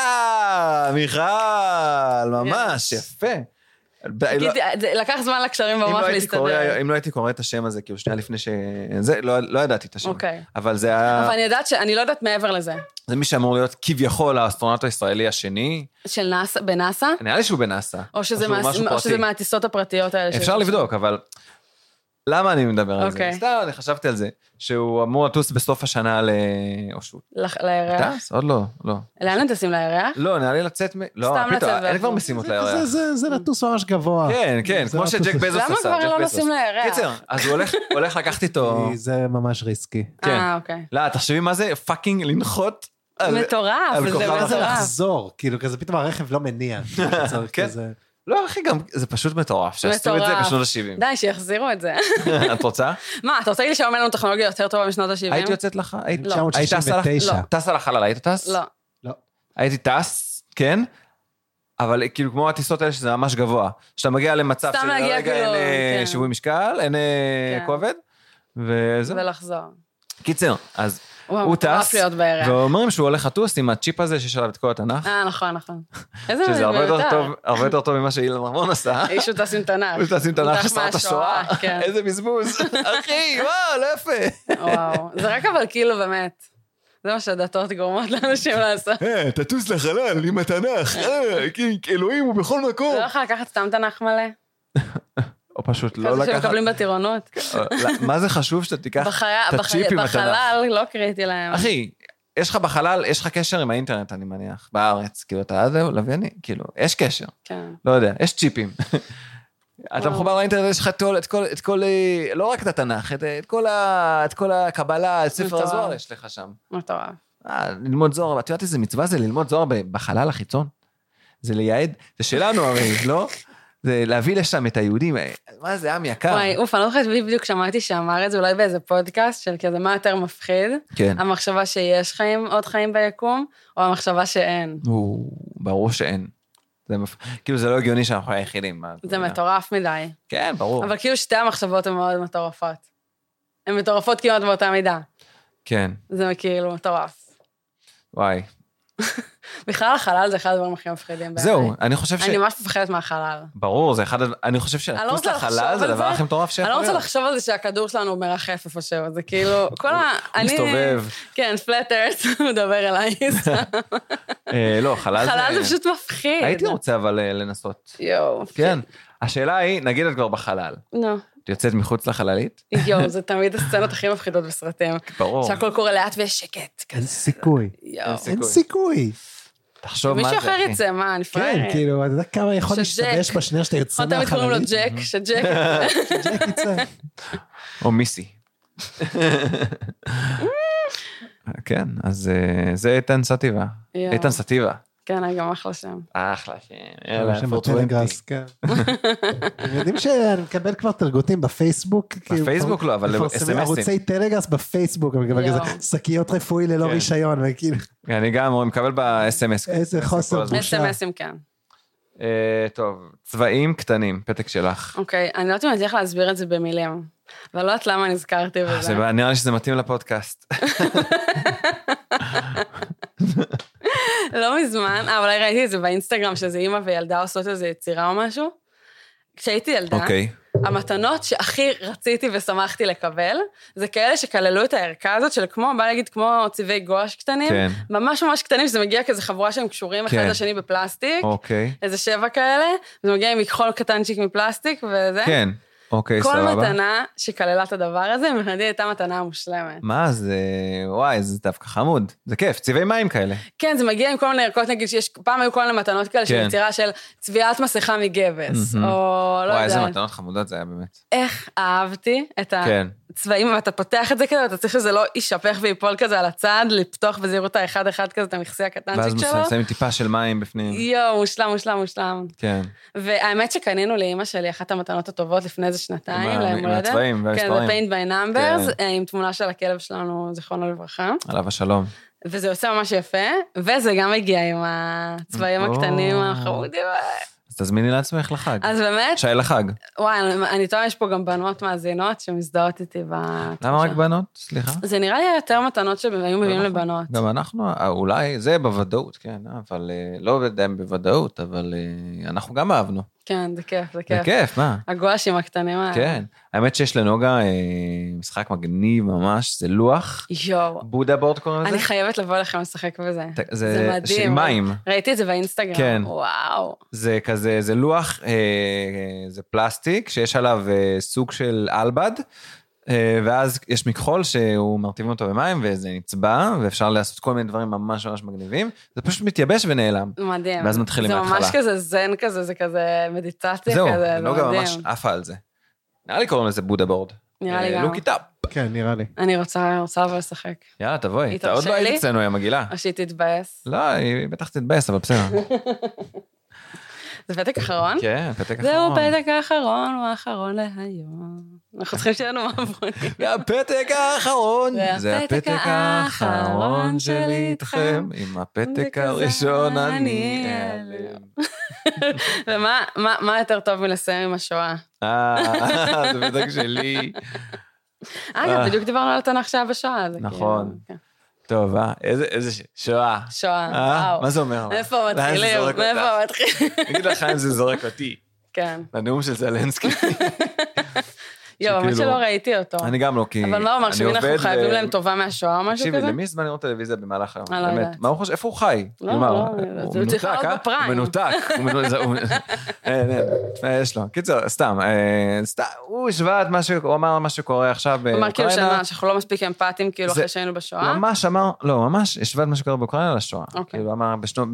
מיכל, ממש, יפה. לקח זמן לקשרים במוח להסתדר. אם לא הייתי קורא את השם הזה, כאילו שנייה לפני שזה, לא ידעתי את השם. אבל זה היה... אבל אני יודעת שאני לא יודעת מעבר לזה. זה מי שאמור להיות כביכול האסטרונאוט הישראלי השני. של נאסא, בנאסא? נראה לי שהוא בנאסא. או שזה מהטיסות הפרטיות האלה. אפשר לבדוק, אבל... למה אני מדבר על זה? סתם, אני חשבתי על זה, שהוא אמור לטוס בסוף השנה לאושות. לירח? טס? עוד לא. לאן הם טסים לירח? לא, נראה לי לצאת... לא, פתאום, אין כבר משימות לירח. זה לטוס ממש גבוה. כן, כמו שג'ק בזוס עשה. למה כבר לא נוסעים לירח? קיצר, אז הוא הולך לקחת איתו... זה ממש ריסקי. אוקיי. לא, תחשבי מה זה פאקינג לנחות מטורף, זה מטורף. זה לחזור, כאילו כזה פתאום הרכב לא מניע. כן. לא, אחי, גם, זה פשוט מטורף, שעשו את זה בשנות ה-70. די, שיחזירו את זה. את רוצה? מה, אתה רוצה לי שהיום אין לנו טכנולוגיה יותר טובה בשנות ה-70? הייתי יוצאת לך, היית 1969. טס על החלל, היית טס? לא. הייתי טס, כן, אבל כאילו כמו הטיסות האלה שזה ממש גבוה, שאתה מגיע למצב של רגע אין שיווי משקל, אין כובד, וזה. ולחזור. קיצר, אז הוא טס, ואומרים שהוא הולך לטוס עם הצ'יפ הזה שיש עליו את כל התנ"ך. נכון. שזה הרבה יותר טוב ממה שאילן רמון עשה. איש הוא טס עם תנ"ך. הוא טס עם תנ"ך ששרת השואה. איזה בזבוז. אחי, וואו, לא יפה. וואו, זה רק אבל כאילו באמת. זה מה שהדתות גורמות לאנשים לעשות. תטוס לחלל עם התנ"ך. אלוהים הוא בכל מקום. זה לא יכול לקחת סתם תנ"ך מלא. או פשוט לא לקחת... כזה שמקבלים בטירונות. מה זה חשוב שאתה תיקח את הצ'יפ עם התנ"ך? בחלל לא קריטי להם. אחי, יש לך בחלל, יש לך קשר עם האינטרנט, אני מניח, בארץ. כאילו, אתה זהו, לווייני, כאילו, יש קשר. כן. לא יודע, יש צ'יפים. אתה מחובר לאינטרנט, יש לך את כל, לא רק את התנ"ך, את כל הקבלה, את ספר הזוהר יש לך שם. מטורף. ללמוד זוהר, את יודעת איזה מצווה זה ללמוד זוהר בחלל החיצון? זה לייעד, זה שלנו הרי, לא? זה להביא לשם את היהודים, מה זה עם יקר. וואי, אוף, אני לא חושבת בדיוק שמעתי שאמר את זה, אולי באיזה פודקאסט של כזה מה יותר מפחיד, המחשבה שיש חיים, עוד חיים ביקום, או המחשבה שאין. ברור שאין. כאילו זה לא הגיוני שאנחנו היחידים. זה מטורף מדי. כן, ברור. אבל כאילו שתי המחשבות הן מאוד מטורפות. הן מטורפות כמעט באותה מידה. כן. זה כאילו מטורף. וואי. בכלל החלל זה אחד הדברים הכי מפחידים. זהו, אני חושב אני ממש מפחדת מהחלל. ברור, זה אחד, אני חושב שלטוס לחלל זה הדבר הכי מטורף שיכול להיות. אני לא רוצה לחשוב על זה שהכדור שלנו מרחף איפשהו, זה כאילו, כל מסתובב. כן, פלט ארץ, הוא מדבר אליי. לא, חלל זה פשוט מפחיד. הייתי רוצה אבל לנסות. יואו. כן, השאלה היא, נגיד את כבר בחלל. נו. את יוצאת מחוץ לחללית? יואו, זה תמיד הסצנות הכי מפחידות בסרטים. ברור. שהכל קורה לאט ויש שקט. אין סיכוי. אין סיכוי. תחשוב מה זה, מישהו אחר יצא, מה, אני פראיירת. כן, כאילו, אתה יודע כמה יכול להשתבש בשנייה שאתה יוצא מהחללית? תמיד קוראים לו ג'ק, שג'ק יצא. או מיסי. כן, אז זה איתן סטיבה. איתן סטיבה. כן, אני גם אחלה שם. אחלה שם. שם בטלגראס, כן. אתם יודעים שאני מקבל כבר תרגותים בפייסבוק? בפייסבוק לא, אבל מפרסמים ערוצי טלגראס בפייסבוק, שקיות רפואי ללא רישיון, וכאילו. אני גם מקבל ב-SMS. איזה חוסר בושה. SMSים, כן. טוב, צבעים קטנים, פתק שלך. אוקיי, אני לא יודעת אם אני אצליח להסביר את זה במילים, אבל לא יודעת למה נזכרתי בזה. נראה לי שזה מתאים לפודקאסט. לא מזמן, אבל ראיתי את זה באינסטגרם, שזה אימא וילדה עושות איזו יצירה או משהו. כשהייתי ילדה, המתנות שהכי רציתי ושמחתי לקבל, זה כאלה שכללו את הערכה הזאת של כמו, בא להגיד, כמו צבעי גואש קטנים, ממש ממש קטנים, שזה מגיע כזה חבורה שהם קשורים אחד לשני בפלסטיק, איזה 7 כאלה, זה מגיע עם מכחול קטנצ'יק מפלסטיק וזה. כן. אוקיי, כל מתנה שכללה את הדבר הזה, מבחינתי הייתה מתנה מושלמת. מה זה, וואי, זה דווקא חמוד. זה כיף, צבעי מים כאלה. כן, זה מגיע עם כל מיני ערכות, נגיד שיש, פעם היו כל מיני מתנות כאלה, של יצירה של צביעת מסכה מגבס, או לא יודעת. וואי, איזה מתנות חמודות זה היה באמת. איך אהבתי את ה... כן. צבעים, ואתה פותח את זה כזה, ואתה צריך שזה לא יישפך ויפול כזה על הצד, לפתוח בזהירות האחד כזה, את המכסה הקטנצ'יק שלו. ואז שמים טיפה של מים בפנים. יואו, מושלם. כן. והאמת שקנינו לאמא שלי, אחת המתנות הטובות לפני איזה שנתיים, עם הצבעים והמספרים. כן, זה paint by numbers, עם תמונה של הכלב שלנו, זיכרונו לברכה. עליו השלום. וזה יוצא ממש יפה, וזה גם הגיע עם הצבעים הקטנים החמודים. אז תזמיני לעצמך לחג. אז באמת? שי לחג. וואי, אני טועה, יש פה גם בנות מאזינות שמזדהות איתי בתחושה. למה רק בנות? סליחה. זה נראה לי יותר מתנות שהיו מביאים לבנות. גם אנחנו, אולי זה בוודאות, כן, אבל לא יודע בוודאות, אבל אנחנו גם אהבנו. כן, זה כיף. זה כיף, מה? הגואשים הקטנים האלה. כן, האמת שיש לנוגה משחק מגניב ממש, זה לוח. יואו. בודה בורד קוראים לזה? אני חייבת לבוא לכם לשחק בזה. זה מדהים. של מים. ראיתי את זה באינסטגרם. כן. וואו. זה כזה, זה לוח, זה פלסטיק, שיש עליו סוג של אלבד, ואז יש מכחול שהוא מרטיבים אותו במים, וזה נצבע, ואפשר לעשות כל מיני דברים ממש ממש מגניבים, זה פשוט מתייבש ונעלם. מדהים. ואז מתחילים מההתחלה. זה ממש כזה זן כזה, זה כזה מדיטציה כזה, זהו, לא גם ממש עפה על זה. נראה לי קוראים לזה בודה בורד. נראה לי גם. לוק איטאפ. כן, נראה לי. אני רוצה לבוא לשחק. יאללה, תבואי. אתה עוד לא היית אצלנו, היא המגילה. או שהיא תתבאס. לא, היא בטח תתבאס, אבל בסדר. זה פתק אחרון? כן, פתק אחרון. זהו פתק האחרון, הוא האחרון להיום. אנחנו צריכים שיהיה לנו מעברונים. זה הפתק האחרון. זה הפתק האחרון שלי איתכם. עם הפתק הראשון אני אעלם. ומה יותר טוב מלסיים עם השואה? זה פתק שלי. אגב, בדיוק דיברנו על התנ"ך שהיה בשואה. נכון. טוב, איזה שואה. שואה, וואו. מה זה אומר? איפה מתחילים? מאיפה מתחילים? נגיד לך אם זה זורק אותי. כן. לנאום של זלנסקי. יואו, באמת שלא ראיתי אותו. אני גם לא, כי אבל מה הוא אמר, שמין אנחנו חייבים להם טובה מהשואה או משהו כזה? תקשיבי, למי זמן לראות טלוויזיה במהלך היום? אני לא יודעת. מה הוא חושב? איפה הוא חי? לא, זה צריך להיות בפריים. הוא מנותק. יש לו. קיצר, סתם. הוא השווה את מה שהוא אמר, מה שקורה עכשיו באוקראינה. הוא אמר כאילו שאנחנו לא מספיק אמפתיים, כאילו אחרי שהיינו בשואה. ממש אמר, לא, ממש השווה את מה שקורה באוקראינה לשואה. כאילו אמר,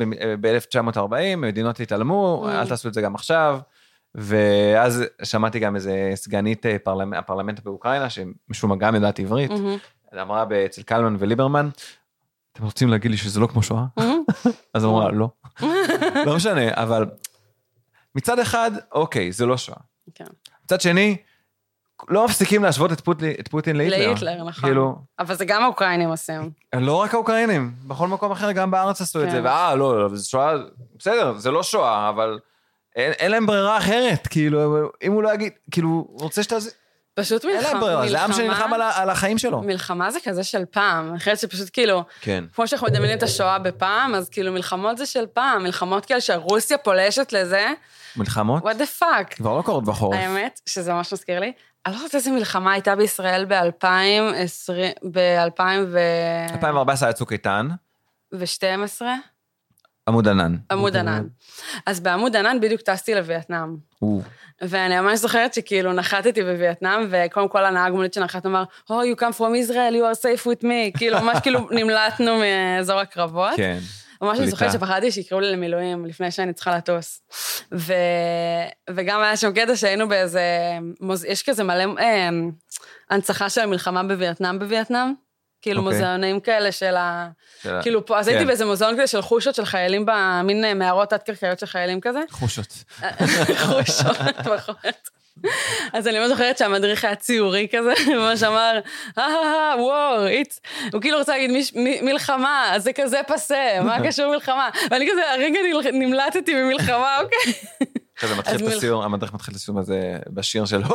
ב-1940 מדינות התעלמו, אל תעשו את זה גם עכשיו. ואז שמעתי גם איזה סגנית הפרלמנט באוקראינה, שמשום גם ידעת עברית, אמרה אצל קלמן וליברמן, אתם רוצים להגיד לי שזה לא כמו שואה? אז אמרה, לא. לא משנה, אבל מצד אחד, אוקיי, זה לא שואה. מצד שני, לא מפסיקים להשוות את פוטין להיטלר. להיטלר, נכון. אבל זה גם האוקראינים עושים. לא רק האוקראינים, בכל מקום אחר גם בארץ עשו את זה, לא, זה שואה, בסדר, זה לא שואה, אבל אין להם ברירה אחרת, כאילו, אם הוא לא יגיד, כאילו, הוא רוצה שאתה... פשוט מלחמה. אין להם ברירה, זה עם שנלחם על החיים שלו. מלחמה זה כזה של פעם, אני חושבת שפשוט כאילו, כמו שאנחנו מדמיינים את השואה בפעם, אז כאילו מלחמות זה של פעם, מלחמות כאלה שרוסיה פולשת לזה. מלחמות? What the fuck? כבר לא קורות בחורף. האמת, שזה ממש מזכיר לי, אני לא יודעת איזה מלחמה הייתה בישראל ב-2014 היה צוק איתן. ו-12? עמוד ענן. עמוד ענן. אז בעמוד ענן בדיוק טסתי לווייטנאם. ואני ממש זוכרת שכאילו נחתתי בווייטנאם, וקודם כל הנהג מונית שנחת אמר, Oh, you come from Israel, you are safe with me. כאילו, ממש כאילו נמלטנו מאזור הקרבות. כן. ממש אני זוכרת שפחדתי שיקראו לי למילואים, לפני שאני צריכה לטוס. וגם היה שם קטע שהיינו באיזה, יש כזה מלא הנצחה של המלחמה בווייטנאם. כאילו מוזיאונים כאלה של כאילו פה, אז הייתי באיזה מוזיאון כזה של חושות של חיילים, במין מערות תת-קרקעיות של חיילים כזה. חושות. חושות, פחות. אז אני לא זוכרת שהמדריך היה ציורי כזה, ממש אמר, וואו, הוא כאילו רוצה להגיד מלחמה, אז זה כזה פסה, מה קשור מלחמה? ואני כזה, הרגע נמלטתי במלחמה, אוקיי? כזה מתחיל את הסיום, המדריך מתחיל את הסיום הזה בשיר של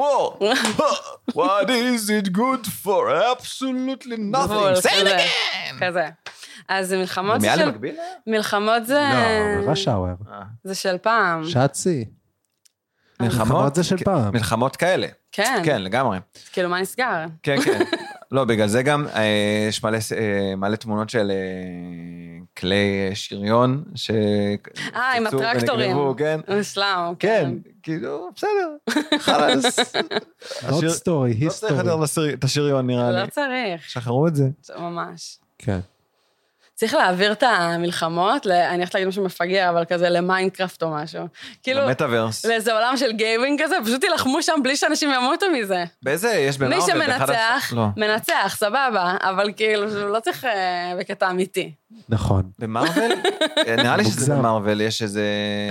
What is it good for? Absolutely nothing. Say it again. כזה. אז מלחמות זה מעל למקביל? מלחמות זה... לא, רשאוור. זה של פעם. שצי. מלחמות זה של פעם. מלחמות כאלה. כן. כן, לגמרי. כאילו, מה נסגר? כן, כן. לא, בגלל זה גם יש מלא תמונות של כלי שריון, עם הטרקטורים. כן. מסלאם, כן. כאילו, בסדר. חלס. עוד סטורי, היסטורי. לא צריך יותר את השריון, נראה לי. לא צריך. שחררו את זה. ממש. כן. צריך להעביר את המלחמות, אני הולכת להגיד משהו מפגר, אבל כזה למיינקראפט או משהו. כאילו, במטאברס. לאיזה עולם של גיימינג כזה, פשוט תלחמו שם בלי שאנשים ימותו מזה. באיזה? יש במרוויל? מי שמנצח, מנצח, סבבה, אבל כאילו, לא צריך בקטע אמיתי. נכון. במרוויל? נראה לי שזה במרוויל, יש איזה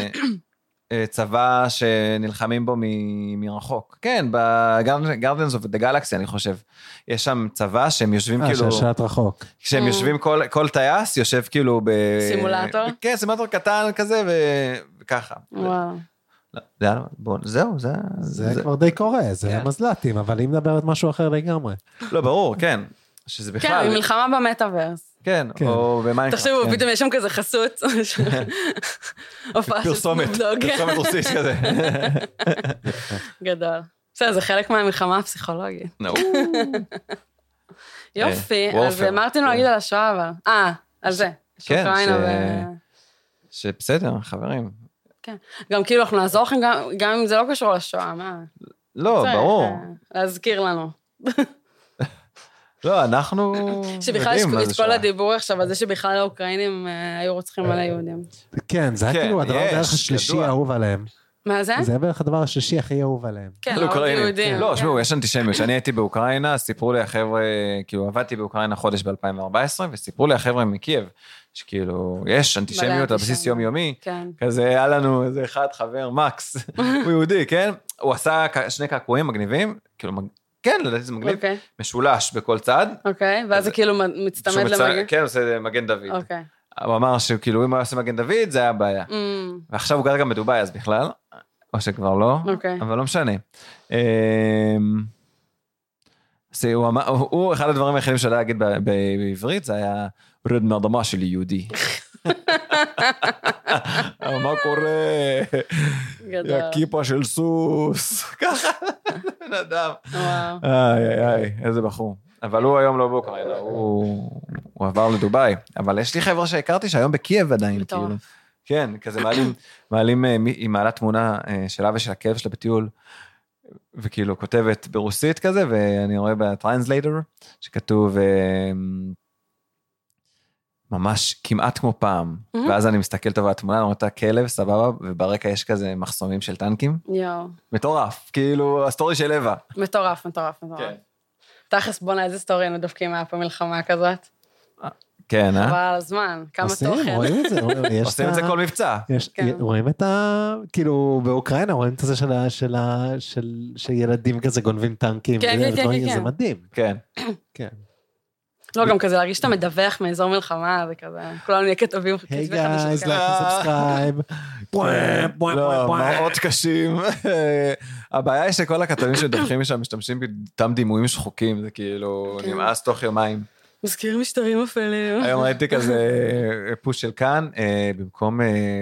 צבא שנלחמים בו מרחוק. כן, ב-Guardians of the Galaxy, אני חושב. יש שם צבא שהם יושבים כאילו... שעת רחוק. כשהם יושבים, כל טייס יושב כאילו סימולטור? כן, סימולטור קטן כזה, וככה. וואו. זהו, זה כבר די קורה, זה מזל"טים, אבל אם נדבר את משהו אחר לגמרי. לא, ברור, כן. שזה בכלל... כן, מלחמה במטאברס. כן, או במיינקראפט. תחשבו, פתאום יש שם כזה חסות. פרסומת רוסית כזה. גדול. בסדר, זה חלק מהמלחמה הפסיכולוגית. יופי, אז אמרתי לו להגיד על השואה, אבל... על זה. כן, שבסדר, חברים. כן, גם כאילו אנחנו נעזור לכם, גם אם זה לא קשור לשואה, מה? לא, ברור. להזכיר לנו. לא, אנחנו... שבכלל יש כל הדיבור עכשיו, על זה שבכלל האוקראינים היו רוצחים על היהודים. כן, זה היה כאילו הדבר בערך השלישי האהוב עליהם. מה זה? זה היה בערך הדבר השלישי הכי אהוב עליהם. כן, היהודים. לא, שמעו, יש אנטישמיות. כשאני הייתי באוקראינה, סיפרו לי החבר'ה, כאילו עבדתי באוקראינה חודש ב-2014, וסיפרו לי החבר'ה מקייב, שכאילו, יש אנטישמיות על בסיס יומיומי, כזה היה לנו איזה אחד חבר, מקס, הוא יהודי, כן? הוא עשה שני קעקועים מגניבים, כאילו, כן, לדעתי זה מגניב, משולש בכל צד. אוקיי, ואז זה כאילו מצטמד למגן? כן, עושה מגן דוד. הוא אמר שכאילו אם הוא עושה מגן דוד, זה היה בעיה. ועכשיו הוא גר גם בדוביי, אז בכלל, או שכבר לא, אבל לא משנה. הוא, אחד הדברים היחידים שלא להגיד בעברית, זה היה רד מהאדמה שלי יהודי. מה קורה? הכיפה של סוס. ככה, בן אדם. איי, איזה בחור. אבל הוא היום לא באוקראינה, הוא עבר לדוביי. אבל יש לי חבר'ה שהכרתי שהיום בקייב עדיין. כן, כזה מעלים, היא מעלה תמונה שלה ושל הכלב שלה בטיול, וכאילו כותבת ברוסית כזה, ואני רואה בטרנסלייטר, שכתוב ממש כמעט כמו פעם, ואז אני מסתכל טוב על התמונה, אני רואה את הכלב, סבבה, וברקע יש כזה מחסומים של טנקים. מטורף, כאילו הסטורי של לבה. מטורף. תכלס בוא איזה סטורי היינו דופקים היה פה מלחמה כזאת. כן, חבל על הזמן, כמה תוכן. רואים את זה. עושים את זה כל מבצע. רואים את כאילו באוקראינה, רואים את זה של ילדים כזה גונבים טנקים. כן. זה מדהים. כן. לא, גם כזה להרגיש שאתה מדווח מאזור מלחמה, זה כזה, כולנו נהיה כתובים. היי גייז, לייק וסאבסקרייב. לא, מראות קשים. הבעיה היא שכל הכתבים שדווחים משם משתמשים באותם דימויים שחוקים, זה כאילו נמאס תוך יומיים. מזכיר משטרים אפלים. היום ראיתי כזה פוש של כאן, במקום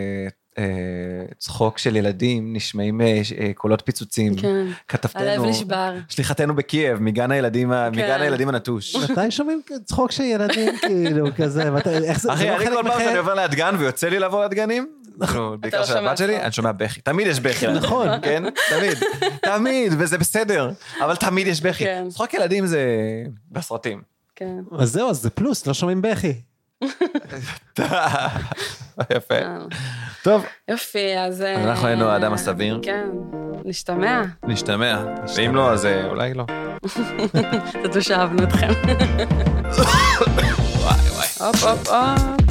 צחוק של ילדים, נשמעים קולות פיצוצים. הלב נשבר. שליחתנו בקייב, מגן הילדים הנטוש. מתי שומעים צחוק של ילדים כאילו כזה? אחי, אני כל פעם שאני עובר ליד גן ויוצא לי לבוא ליד גנים, בעיקר של הבת שלי, אני שומע בכי. תמיד יש בכי. נכון. כן? תמיד, וזה בסדר. אבל תמיד יש בכי. צחוק ילדים זה בסרטים. כן. אז זהו, אז זה פלוס, לא שומעים בכי. יפה. טוב. יופי, אז... אנחנו היינו האדם הסביר. כן, נשתמע. ואם לא, אז אולי לא. תדעו שאהבנו אתכם. וואי. הופ.